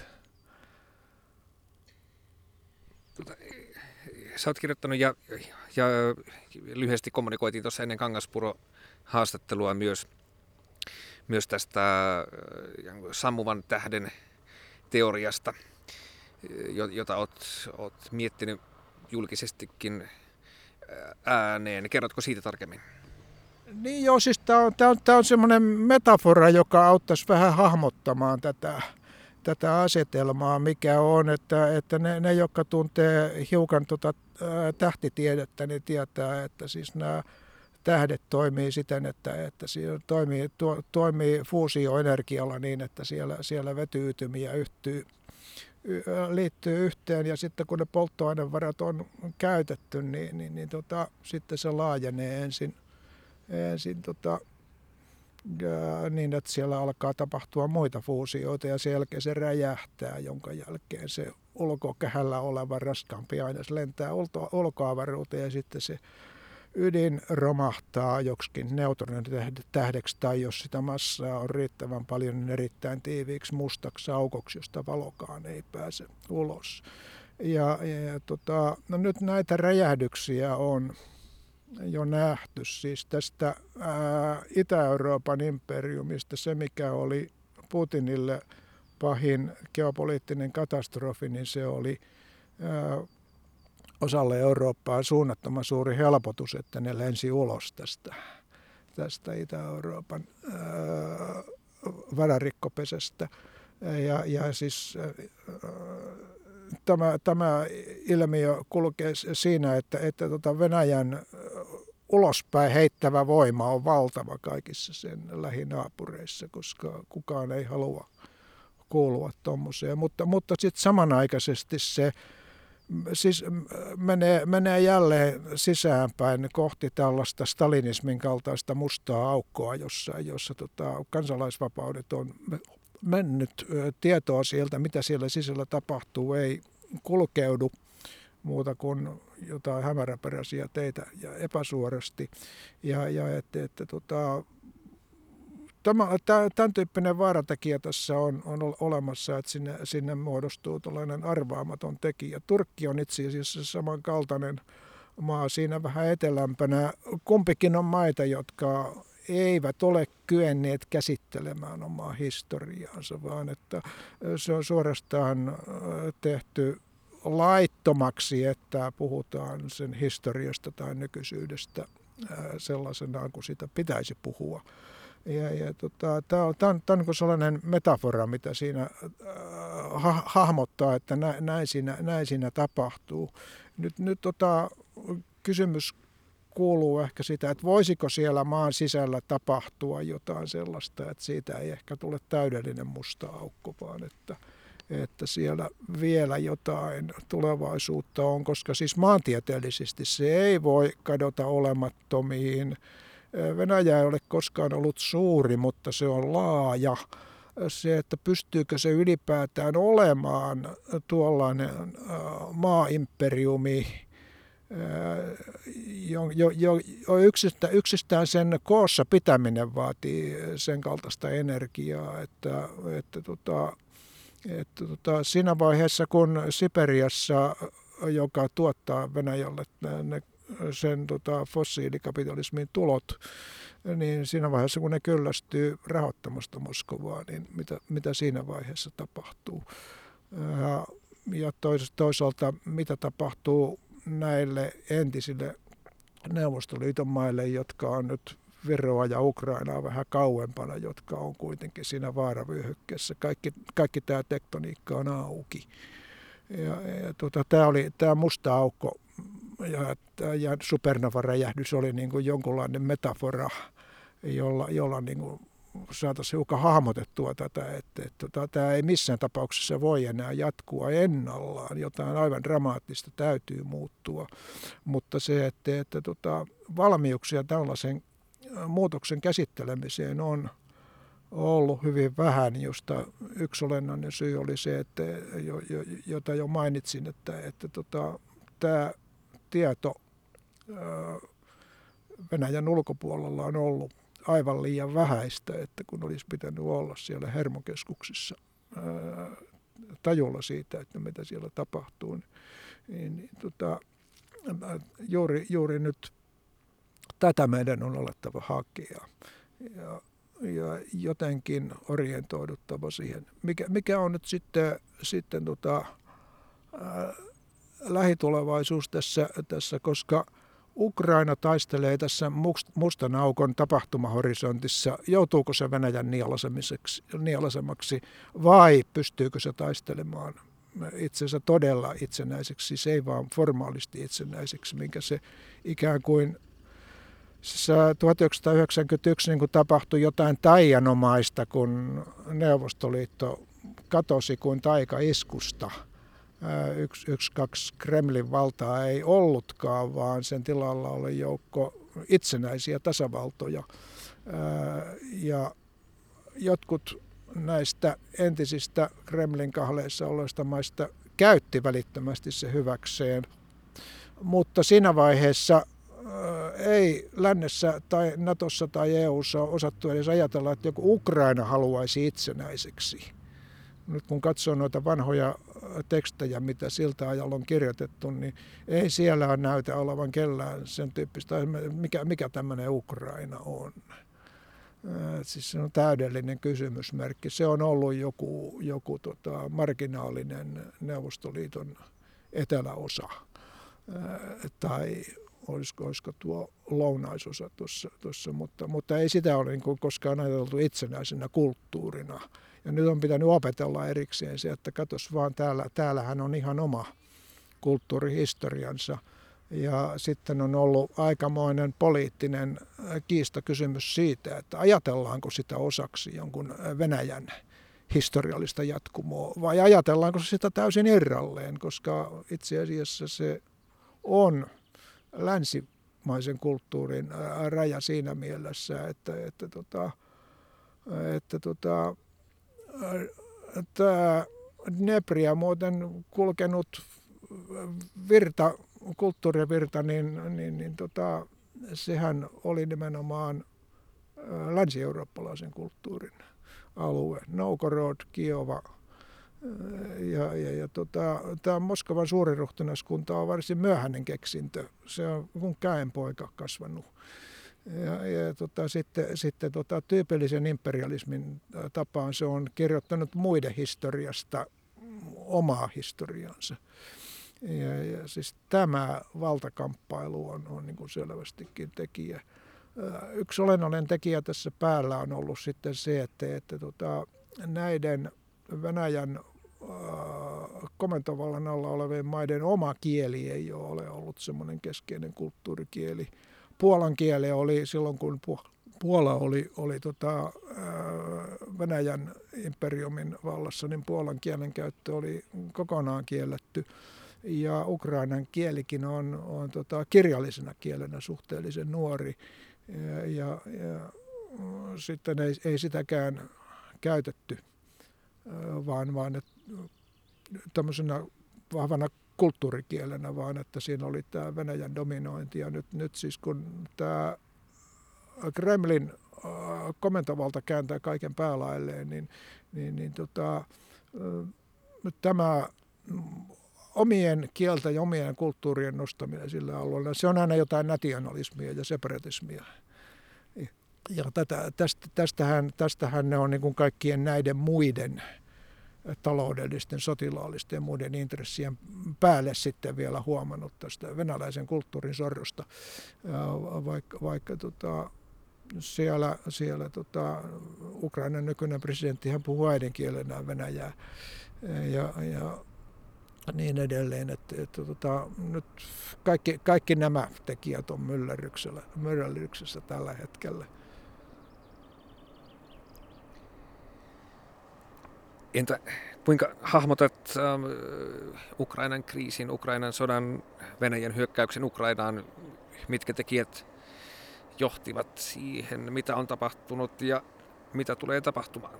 Sä oot kirjoittanut ja, ja lyhyesti kommunikoitiin tuossa ennen Kangaspuro-haastattelua myös, myös tästä sammuvan tähden teoriasta, jota oot, oot miettinyt julkisestikin ääneen. Kerrotko siitä tarkemmin? Niin joo, siis tämä on, tää on, tää on semmoinen metafora, joka auttaisi vähän hahmottamaan tätä, tätä asetelmaa, mikä on, että, että ne, ne, jotka tuntee hiukan tota, tähtitiedettä, niin tietää, että siis nämä tähdet toimii siten, että, että siellä toimii, to, toimii fuusioenergialla niin, että siellä, siellä vetyytymiä yhtyy, liittyy yhteen ja sitten kun ne polttoainevarat on käytetty, niin, niin, niin tota, sitten se laajenee ensin, ensin tota, ja niin, että siellä alkaa tapahtua muita fuusioita ja sen jälkeen se räjähtää, jonka jälkeen se ulkokehällä oleva raskaampi aines lentää ulkoavaruuteen ja sitten se ydin romahtaa joksikin neutronitähdeksi tai jos sitä massaa on riittävän paljon, niin erittäin tiiviiksi mustaksi aukoksi, josta valokaan ei pääse ulos. Ja, ja tota, no nyt näitä räjähdyksiä on jo nähty, siis tästä ää, Itä-Euroopan imperiumista, se mikä oli Putinille pahin geopoliittinen katastrofi, niin se oli ää, osalle Eurooppaa suunnattoman suuri helpotus, että ne lensi ulos tästä, tästä Itä-Euroopan ää, vararikkopesästä. Ja, ja siis ää, tämä, tämä ilmiö kulkee siinä, että, että tota Venäjän ulospäin heittävä voima on valtava kaikissa sen lähinaapureissa, koska kukaan ei halua kuulua tuommoiseen. Mutta, mutta sitten samanaikaisesti se siis menee, menee jälleen sisäänpäin kohti tällaista stalinismin kaltaista mustaa aukkoa, jossa, jossa tota, kansalaisvapaudet on mennyt. Tietoa sieltä, mitä siellä sisällä tapahtuu, ei kulkeudu muuta kuin jotain hämäräperäisiä teitä ja epäsuorasti. Ja, ja että, että, tota, tämä, tämän tyyppinen vaaratekijä tässä on, on olemassa, että sinne, sinne muodostuu tällainen arvaamaton tekijä. Turkki on itse asiassa samankaltainen maa siinä vähän etelämpänä. Kumpikin on maita, jotka eivät ole kyenneet käsittelemään omaa historiaansa, vaan että se on suorastaan tehty laittomaksi, että puhutaan sen historiasta tai nykyisyydestä sellaisenaan kuin sitä pitäisi puhua. Ja, ja tota, tämä on, on, on niin sellainen metafora, mitä siinä äh, ha, hahmottaa, että nä, näin, siinä, näin siinä tapahtuu. Nyt, nyt tota, kysymys kuuluu ehkä sitä, että voisiko siellä maan sisällä tapahtua jotain sellaista, että siitä ei ehkä tule täydellinen musta aukko, vaan että, että siellä vielä jotain tulevaisuutta on, koska siis maantieteellisesti se ei voi kadota olemattomiin. Venäjä ei ole koskaan ollut suuri, mutta se on laaja. Se, että pystyykö se ylipäätään olemaan tuollainen maaimperiumi, jo, jo, jo, yksistään, yksistään sen koossa pitäminen vaatii sen kaltaista energiaa, että, että, tota, että tota, siinä vaiheessa kun Siperiassa, joka tuottaa Venäjälle ne sen tota, fossiilikapitalismin tulot, niin siinä vaiheessa, kun ne kyllästyy rahoittamasta Moskovaa, niin mitä, mitä siinä vaiheessa tapahtuu? Ja, ja toisaalta, mitä tapahtuu näille entisille Neuvostoliiton maille, jotka on nyt Viroa ja Ukrainaa vähän kauempana, jotka on kuitenkin siinä vaaravyöhykkeessä. Kaikki, kaikki tämä tektoniikka on auki. Ja, ja tota, tämä oli tämä musta aukko. Ja, ja supernova-räjähdys oli niin kuin jonkunlainen metafora, jolla, jolla niin kuin saataisiin hiukan hahmotettua tätä, että, että, että tämä ei missään tapauksessa voi enää jatkua ennallaan. Jotain aivan dramaattista täytyy muuttua, mutta se, että, että tota, valmiuksia tällaisen muutoksen käsittelemiseen on ollut hyvin vähän, josta yksi olennainen syy oli se, että, jota jo mainitsin, että, että tota, tämä tieto Venäjän ulkopuolella on ollut aivan liian vähäistä, että kun olisi pitänyt olla siellä hermokeskuksissa tajulla siitä, että mitä siellä tapahtuu, niin, niin tota, juuri, juuri nyt tätä meidän on alettava hakea ja, ja jotenkin orientoiduttava siihen. Mikä, mikä on nyt sitten, sitten tota, ää, lähitulevaisuus tässä, tässä, koska Ukraina taistelee tässä mustan aukon tapahtumahorisontissa. Joutuuko se Venäjän nielasemaksi vai pystyykö se taistelemaan itsensä todella itsenäiseksi, se ei vaan formaalisti itsenäiseksi, minkä se ikään kuin tuhatyhdeksänsataayhdeksänkymmentäyksi niin kuin tapahtui jotain taianomaista, kun Neuvostoliitto katosi kuin taikaiskusta. Yksi, yksi, kaksi Kremlin valtaa ei ollutkaan, vaan sen tilalla oli joukko itsenäisiä tasavaltoja. Ja jotkut näistä entisistä Kremlin kahleissa olleista maista käytti välittömästi se hyväkseen, mutta siinä vaiheessa ei lännessä tai Natossa tai E U:ssa ole osattu edes ajatella, että joku Ukraina haluaisi itsenäiseksi. Nyt kun katsoo noita vanhoja tekstejä, mitä siltä ajalla on kirjoitettu, niin ei siellä näytä olevan kellään sen tyyppistä, mikä, mikä tämmöinen Ukraina on. Siis se on täydellinen kysymysmerkki. Se on ollut joku, joku tota, marginaalinen Neuvostoliiton eteläosa tai olisiko, olisiko tuo lounaisosa tuossa, mutta, mutta ei sitä ole niin kuin koskaan ajateltu itsenäisenä kulttuurina. Ja nyt on pitänyt opetella erikseen se, että katos vaan, täällä, täällähän on ihan oma kulttuurihistoriansa. Ja sitten on ollut aikamoinen poliittinen kiistakysymys siitä, että ajatellaanko sitä osaksi jonkun Venäjän historiallista jatkumoa vai ajatellaanko se sitä täysin irralleen, koska itse asiassa se on länsimaisen kulttuurin raja siinä mielessä, että, että, tota, että tota, tämä Dnepriä muuten kulkenut virta, kulttuurivirta, niin, niin, niin tota, sehän oli nimenomaan länsi-eurooppalaisen kulttuurin alue. Novgorod, Kiova ja, ja, ja tota, tämä Moskovan suuriruhtinaskunta on varsin myöhäinen keksintö. Se on mun käenpoika kasvanut. Ja, ja tota, sitten, sitten tota, tyypillisen imperialismin tapaan se on kirjoittanut muiden historiasta omaa historiansa. Ja, ja siis tämä valtakamppailu on, on niin kuin selvästikin tekijä. Yksi olennainen tekijä tässä päällä on ollut sitten se, että, että tota, näiden Venäjän äh, komentovallan alla olevien maiden oma kieli ei ole ollut semmoinen keskeinen kulttuurikieli. Puolan kieli oli silloin, kun Puola oli, oli tota, Venäjän imperiumin vallassa, niin puolan kielen käyttö oli kokonaan kielletty. Ja ukrainan kielikin on, on tota, kirjallisena kielenä suhteellisen nuori. Ja, ja, ja sitten ei, ei sitäkään käytetty, vaan, vaan et, tämmöisenä vahvana kulttuurikielenä, vaan että siinä oli tämä Venäjän dominointi. Ja nyt, nyt siis kun tämä Kremlin komentovalta kääntää kaiken päälailleen, niin, niin, niin tota, tämä omien kieltä ja omien kulttuurien nostaminen sillä alueella, se on aina jotain nationalismia ja separatismia. Ja tätä, tästä, tästähän, tästähän ne on niin kuin kaikkien näiden muiden taloudellisten, sotilaallisten ja muiden intressien päälle sitten vielä huomannut tästä venäläisen kulttuurin sorrosta, vaikka, vaikka tota, siellä, siellä tota, Ukrainan nykyinen presidentti hän puhuu äidinkielenään venäjää ja, ja niin edelleen, että, että tota, nyt kaikki, kaikki nämä tekijät on myllerryksessä tällä hetkellä. Entä kuinka hahmotat äh, Ukrainan kriisin, Ukrainan sodan, Venäjän hyökkäyksen Ukrainaan, mitkä tekijät johtivat siihen, mitä on tapahtunut ja mitä tulee tapahtumaan?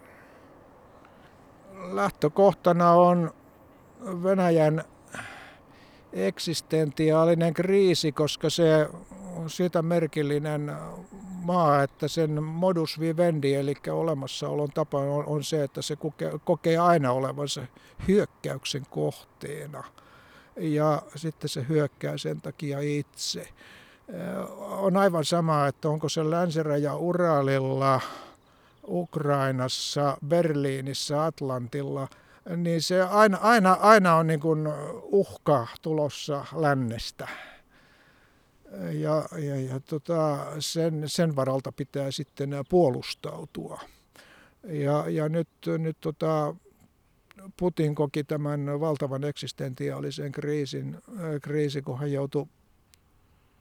Lähtökohtana on Venäjän eksistentiaalinen kriisi, koska se on siitä merkillinen maa, että sen modus vivendi, eli olemassaolon tapa on, on se, että se kokee, kokee aina olevansa hyökkäyksen kohteena. Ja sitten se hyökkää sen takia itse. On aivan sama, että onko se länsiraja Uralilla, Ukrainassa, Berliinissä, Atlantilla, niin se aina, aina, aina on niin kuin uhka tulossa lännestä. Ja, ja, ja tota, sen, sen varalta pitää sitten puolustautua. Ja, ja nyt, nyt tota, Putin koki tämän valtavan eksistentiaalisen kriisin, kriisi, kun hän joutui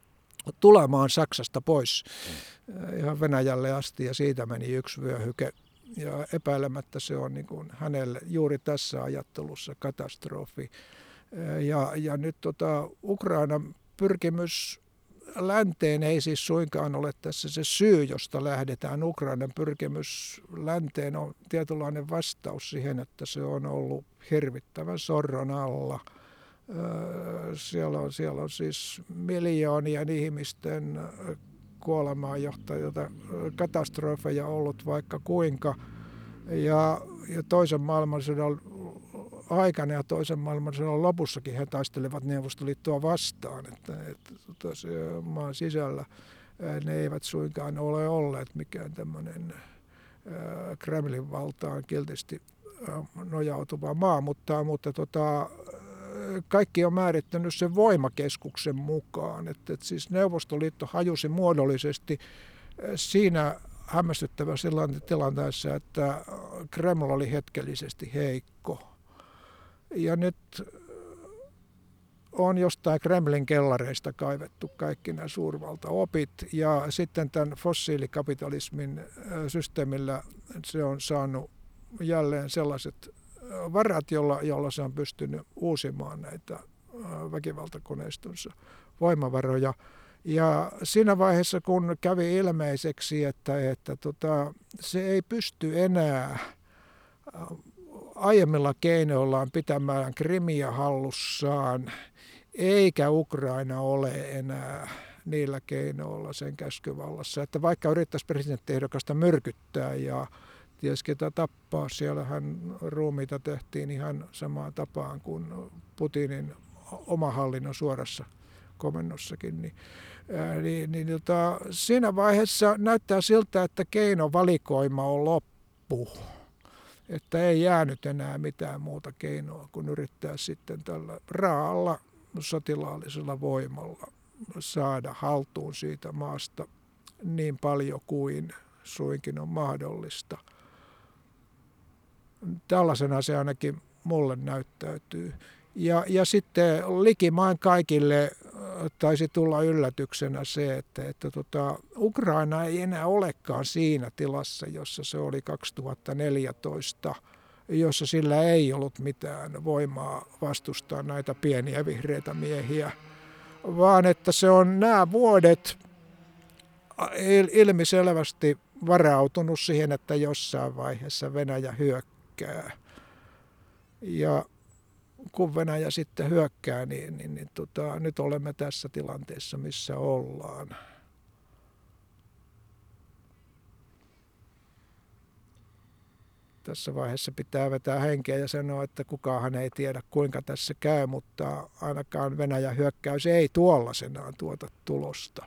tulemaan Saksasta pois ihan Venäjälle asti ja siitä meni yksi vyöhyke. Ja epäilemättä se on niin kuin hänelle juuri tässä ajattelussa katastrofi. Ja, ja nyt tota, Ukrainan pyrkimys länteen ei siis suinkaan ole tässä se syy, josta lähdetään. Ukrainan pyrkimys länteen on tietynlainen vastaus siihen, että se on ollut hirvittävän sorron alla. Siellä on, siellä on siis miljoonien ihmisten kuolemaan johtavia katastrofeja ollut vaikka kuinka. Ja, ja toisen maailmansodan aikana ja toisen maailmansodan lopussakin he taistelevat Neuvostoliittoa vastaan. Että, että, että se maan sisällä ne eivät suinkaan ole olleet mikään tämmöinen Kremlin valtaan kiltisti nojautuva maa, mutta, mutta tota, kaikki on määrittänyt sen voimakeskuksen mukaan. Että, että siis Neuvostoliitto hajusi muodollisesti siinä hämmästyttävässä tilanteessa, että Kreml oli hetkellisesti heikko. Ja nyt on jostain Kremlin kellareista kaivettu kaikki nämä suurvaltaopit ja sitten tämän fossiilikapitalismin systeemillä se on saanut jälleen sellaiset varat, jolla, jolla se on pystynyt uusimaan näitä väkivaltakoneistonsa voimavaroja. Ja siinä vaiheessa, kun kävi ilmeiseksi, että, että tota, se ei pysty enää aiemmilla keinoillaan pitämään Krimiä hallussaan, eikä Ukraina ole enää niillä keinoilla sen käskyvallassa. Että vaikka yrittäisi presidenttiehdokasta myrkyttää ja ties ketä tappaa, siellähän ruumiita tehtiin ihan samaan tapaan kuin Putinin oma hallinnon suorassa komennossakin, niin, ää, niin, niin tota, siinä vaiheessa näyttää siltä, että keinovalikoima on loppu. Että ei jäänyt enää mitään muuta keinoa kuin yrittää sitten tällä raalla sotilaallisella voimalla saada haltuun siitä maasta niin paljon kuin suinkin on mahdollista. Tällaisena se ainakin mulle näyttäytyy. Ja, ja sitten likimain kaikille taisi tulla yllätyksenä se, että, että tota, Ukraina ei enää olekaan siinä tilassa, jossa se oli kaksituhattaneljätoista, jossa sillä ei ollut mitään voimaa vastustaa näitä pieniä vihreitä miehiä, vaan että se on nämä vuodet ilmiselvästi varautunut siihen, että jossain vaiheessa Venäjä hyökkää. Ja kun Venäjä sitten hyökkää, niin, niin, niin tota, nyt olemme tässä tilanteessa, missä ollaan. Tässä vaiheessa pitää vetää henkeä ja sanoa, että kukaan ei tiedä, kuinka tässä käy, mutta ainakaan Venäjän hyökkäys ei tuollaisenaan tuota tulosta.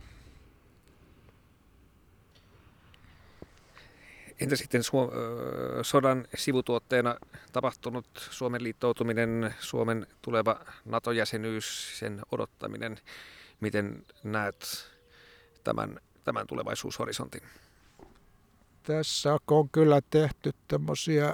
Entä sitten Suom- sodan sivutuotteena tapahtunut Suomen liittoutuminen, Suomen tuleva NATO-jäsenyys, sen odottaminen? Miten näet tämän, tämän tulevaisuushorisontin? Tässä on kyllä tehty tämmöisiä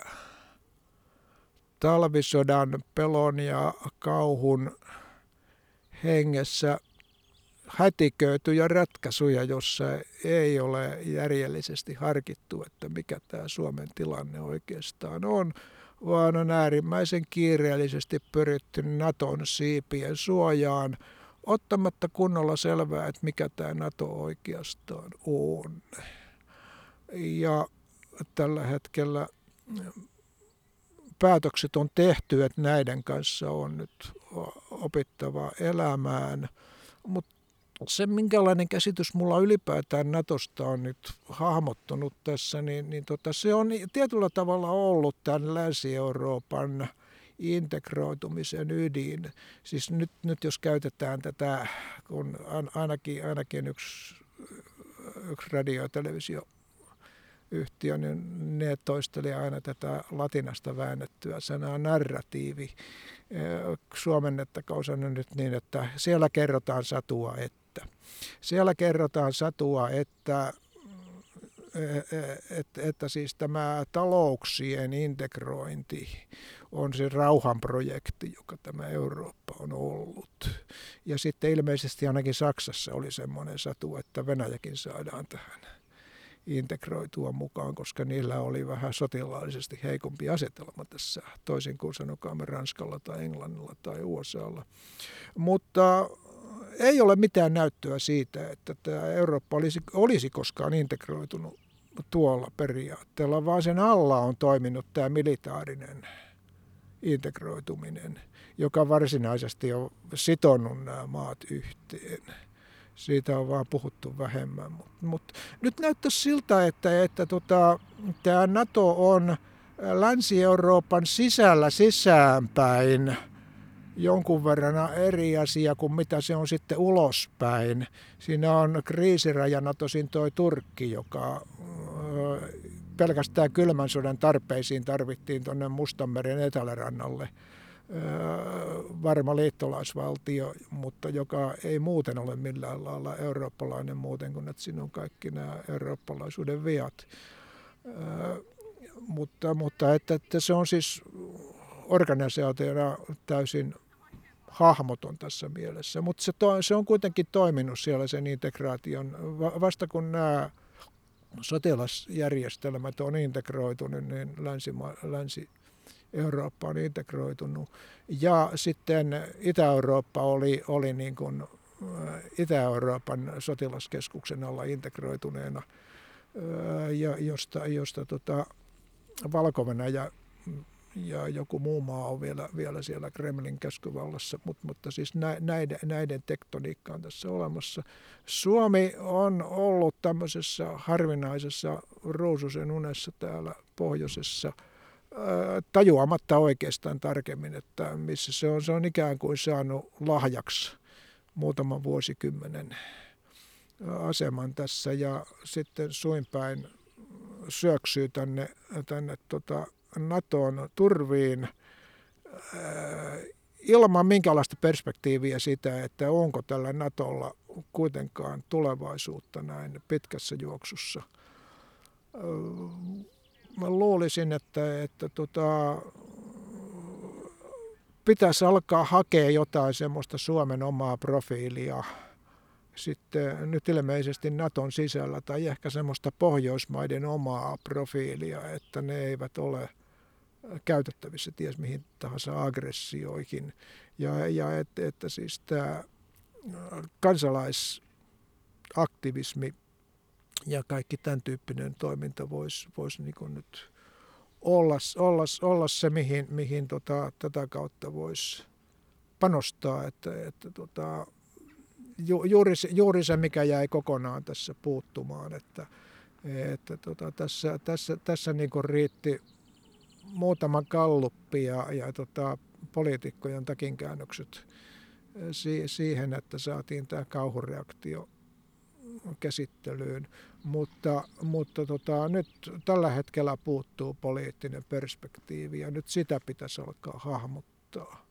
talvisodan pelon ja kauhun hengessä hätiköityjä ratkaisuja, jossa ei ole järjellisesti harkittu, että mikä tämä Suomen tilanne oikeastaan on, vaan on äärimmäisen kiireellisesti pyritty Naton siipien suojaan, ottamatta kunnolla selvää, että mikä tämä Nato oikeastaan on. Ja tällä hetkellä päätökset on tehty, että näiden kanssa on nyt opittava elämään, mutta se, minkälainen käsitys mulla ylipäätään Natosta on nyt hahmottunut tässä, niin, niin tota, se on tietyllä tavalla ollut tämän Länsi-Euroopan integroitumisen ydin. Siis nyt, nyt jos käytetään tätä, kun ainakin, ainakin yksi, yksi radio- ja televisioyhtiö, niin ne toisteli aina tätä latinasta väännettyä sanaa narratiivi. Suomennettakoon sanon nyt niin, että siellä kerrotaan satua, että. Siellä kerrotaan satua, että että, että siis tämä talouksien integrointi on se rauhanprojekti, joka tämä Eurooppa on ollut. Ja sitten ilmeisesti ainakin Saksassa oli semmoinen satu, että Venäjäkin saadaan tähän integroitua mukaan, koska niillä oli vähän sotilaallisesti heikompi asetelma tässä, toisin kuin sanokaamme Ranskalla tai Englannilla tai U S A:lla. Mutta ei ole mitään näyttöä siitä, että tämä Eurooppa olisi, olisi koskaan integroitunut tuolla periaatteella, vaan sen alla on toiminut tämä militaarinen integroituminen, joka varsinaisesti on sitonut nämä maat yhteen. Siitä on vaan puhuttu vähemmän. Mutta mut, nyt näyttäisi siltä, että, että tota, tämä NATO on Länsi-Euroopan sisällä sisäänpäin jonkun verran eri asia kuin mitä se on sitten ulospäin. Siinä on kriisirajana tosin toi Turkki, joka pelkästään kylmän sodan tarpeisiin tarvittiin tuonne Mustanmeren etelärannalle varma liittolaisvaltio, mutta joka ei muuten ole millään lailla eurooppalainen muuten kuin, että siinä on kaikki nämä eurooppalaisuuden viat. Mutta, mutta että, että se on siis organisaationa täysin hahmoton tässä mielessä, mutta se, to, se on kuitenkin toiminut siellä sen integraation. Vasta kun nämä sotilasjärjestelmät on integroitunut, niin länsima, länsi Eurooppa on integroitunut. Ja sitten Itä-Eurooppa oli, oli niin kuin Itä-Euroopan sotilaskeskuksen alla integroituneena, ja josta, josta tota, Valko-Venäjä ja joku muu maa on vielä, vielä siellä Kremlin käskyvallassa, mutta, mutta siis näiden, näiden tektoniikka on tässä olemassa. Suomi on ollut tämmöisessä harvinaisessa ruususen unessa täällä pohjoisessa, tajuamatta oikeastaan tarkemmin, että missä se on. Se on ikään kuin saanut lahjaksi muutaman vuosikymmenen aseman tässä ja sitten suinpäin syöksyy tänne, tänne tota NATOn turviin ilman minkäänlaista perspektiiviä sitä, että onko tällä NATOlla kuitenkaan tulevaisuutta näin pitkässä juoksussa. Mä luulisin, että, että tota, pitäisi alkaa hakea jotain semmoista Suomen omaa profiilia sitten nyt ilmeisesti NATOn sisällä tai ehkä semmoista Pohjoismaiden omaa profiilia, että ne eivät ole käytettävissä ties mihin tahansa aggressioihin. Ja, ja että, että siis tämä kansalaisaktivismi ja kaikki tämän tyyppinen toiminta voisi vois niin kuin nyt olla, olla, olla se, mihin, mihin tota, tätä kautta voisi panostaa. Että, että tota, ju, juuri, juuri se, mikä jäi kokonaan tässä puuttumaan. Että, että tota, tässä, tässä, tässä niin kuin riitti muutama galluppi ja, ja tota, poliitikkojen takinkäännökset siihen, että saatiin tämä kauhureaktio käsittelyyn, mutta, mutta tota, nyt tällä hetkellä puuttuu poliittinen perspektiivi ja nyt sitä pitäisi alkaa hahmottaa.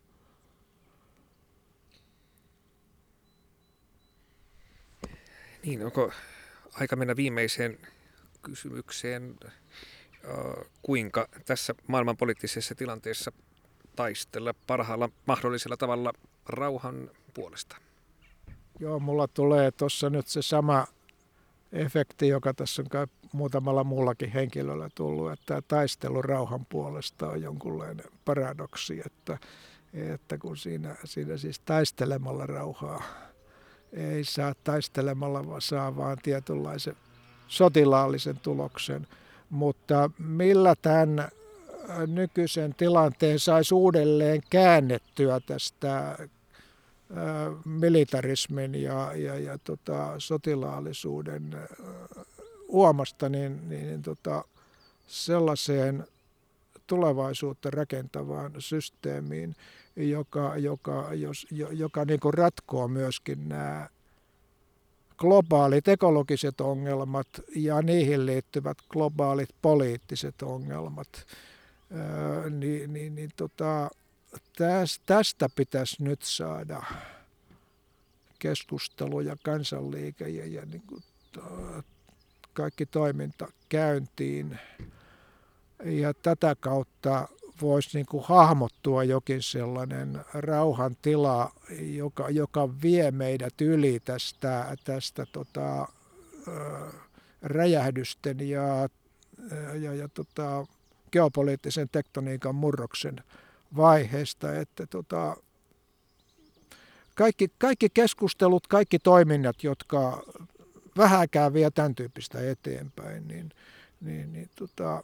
Niin, onko aika mennä viimeiseen kysymykseen, kuinka tässä maailmanpoliittisessa tilanteessa taistella parhaalla mahdollisella tavalla rauhan puolesta? Joo, mulla tulee tuossa nyt se sama efekti, joka tässä on kai muutamalla muullakin henkilöllä tullut, että taistelu rauhan puolesta on jonkunlainen paradoksi, että, että kun siinä, siinä siis taistelemalla rauhaa ei saa taistelemalla, vaan saa vaan tietynlaisen sotilaallisen tuloksen, mutta millä tämän nykyisen tilanteen saisi uudelleen käännettyä tästä militarismin ja, ja, ja tota, sotilaallisuuden uomasta niin, niin, niin tota, sellaiseen tulevaisuutta rakentavaan systeemiin, joka, joka, jos, joka niin kuin ratkoo myöskin nämä globaalit ekologiset ongelmat ja niihin liittyvät globaalit poliittiset ongelmat, Öö, niin, niin, niin tota, tästä pitäisi nyt saada keskustelu ja kansanliike ja, ja niin kuin, kaikki toiminta käyntiin. Ja tätä kautta voisi niin kuin hahmottua jokin sellainen rauhan tila, joka, joka vie meidät yli tästä, tästä tota, räjähdysten ja, ja, ja tota, geopoliittisen tektoniikan murroksen vaiheesta. Että tota, kaikki, kaikki keskustelut, kaikki toiminnat, jotka vähäkään vie tämän tyyppistä eteenpäin, niin, niin, niin tota,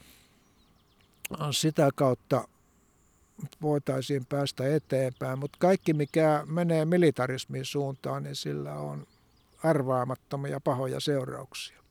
sitä kautta voitaisiin päästä eteenpäin, mutta kaikki mikä menee militarismin suuntaan, niin sillä on arvaamattomia pahoja seurauksia.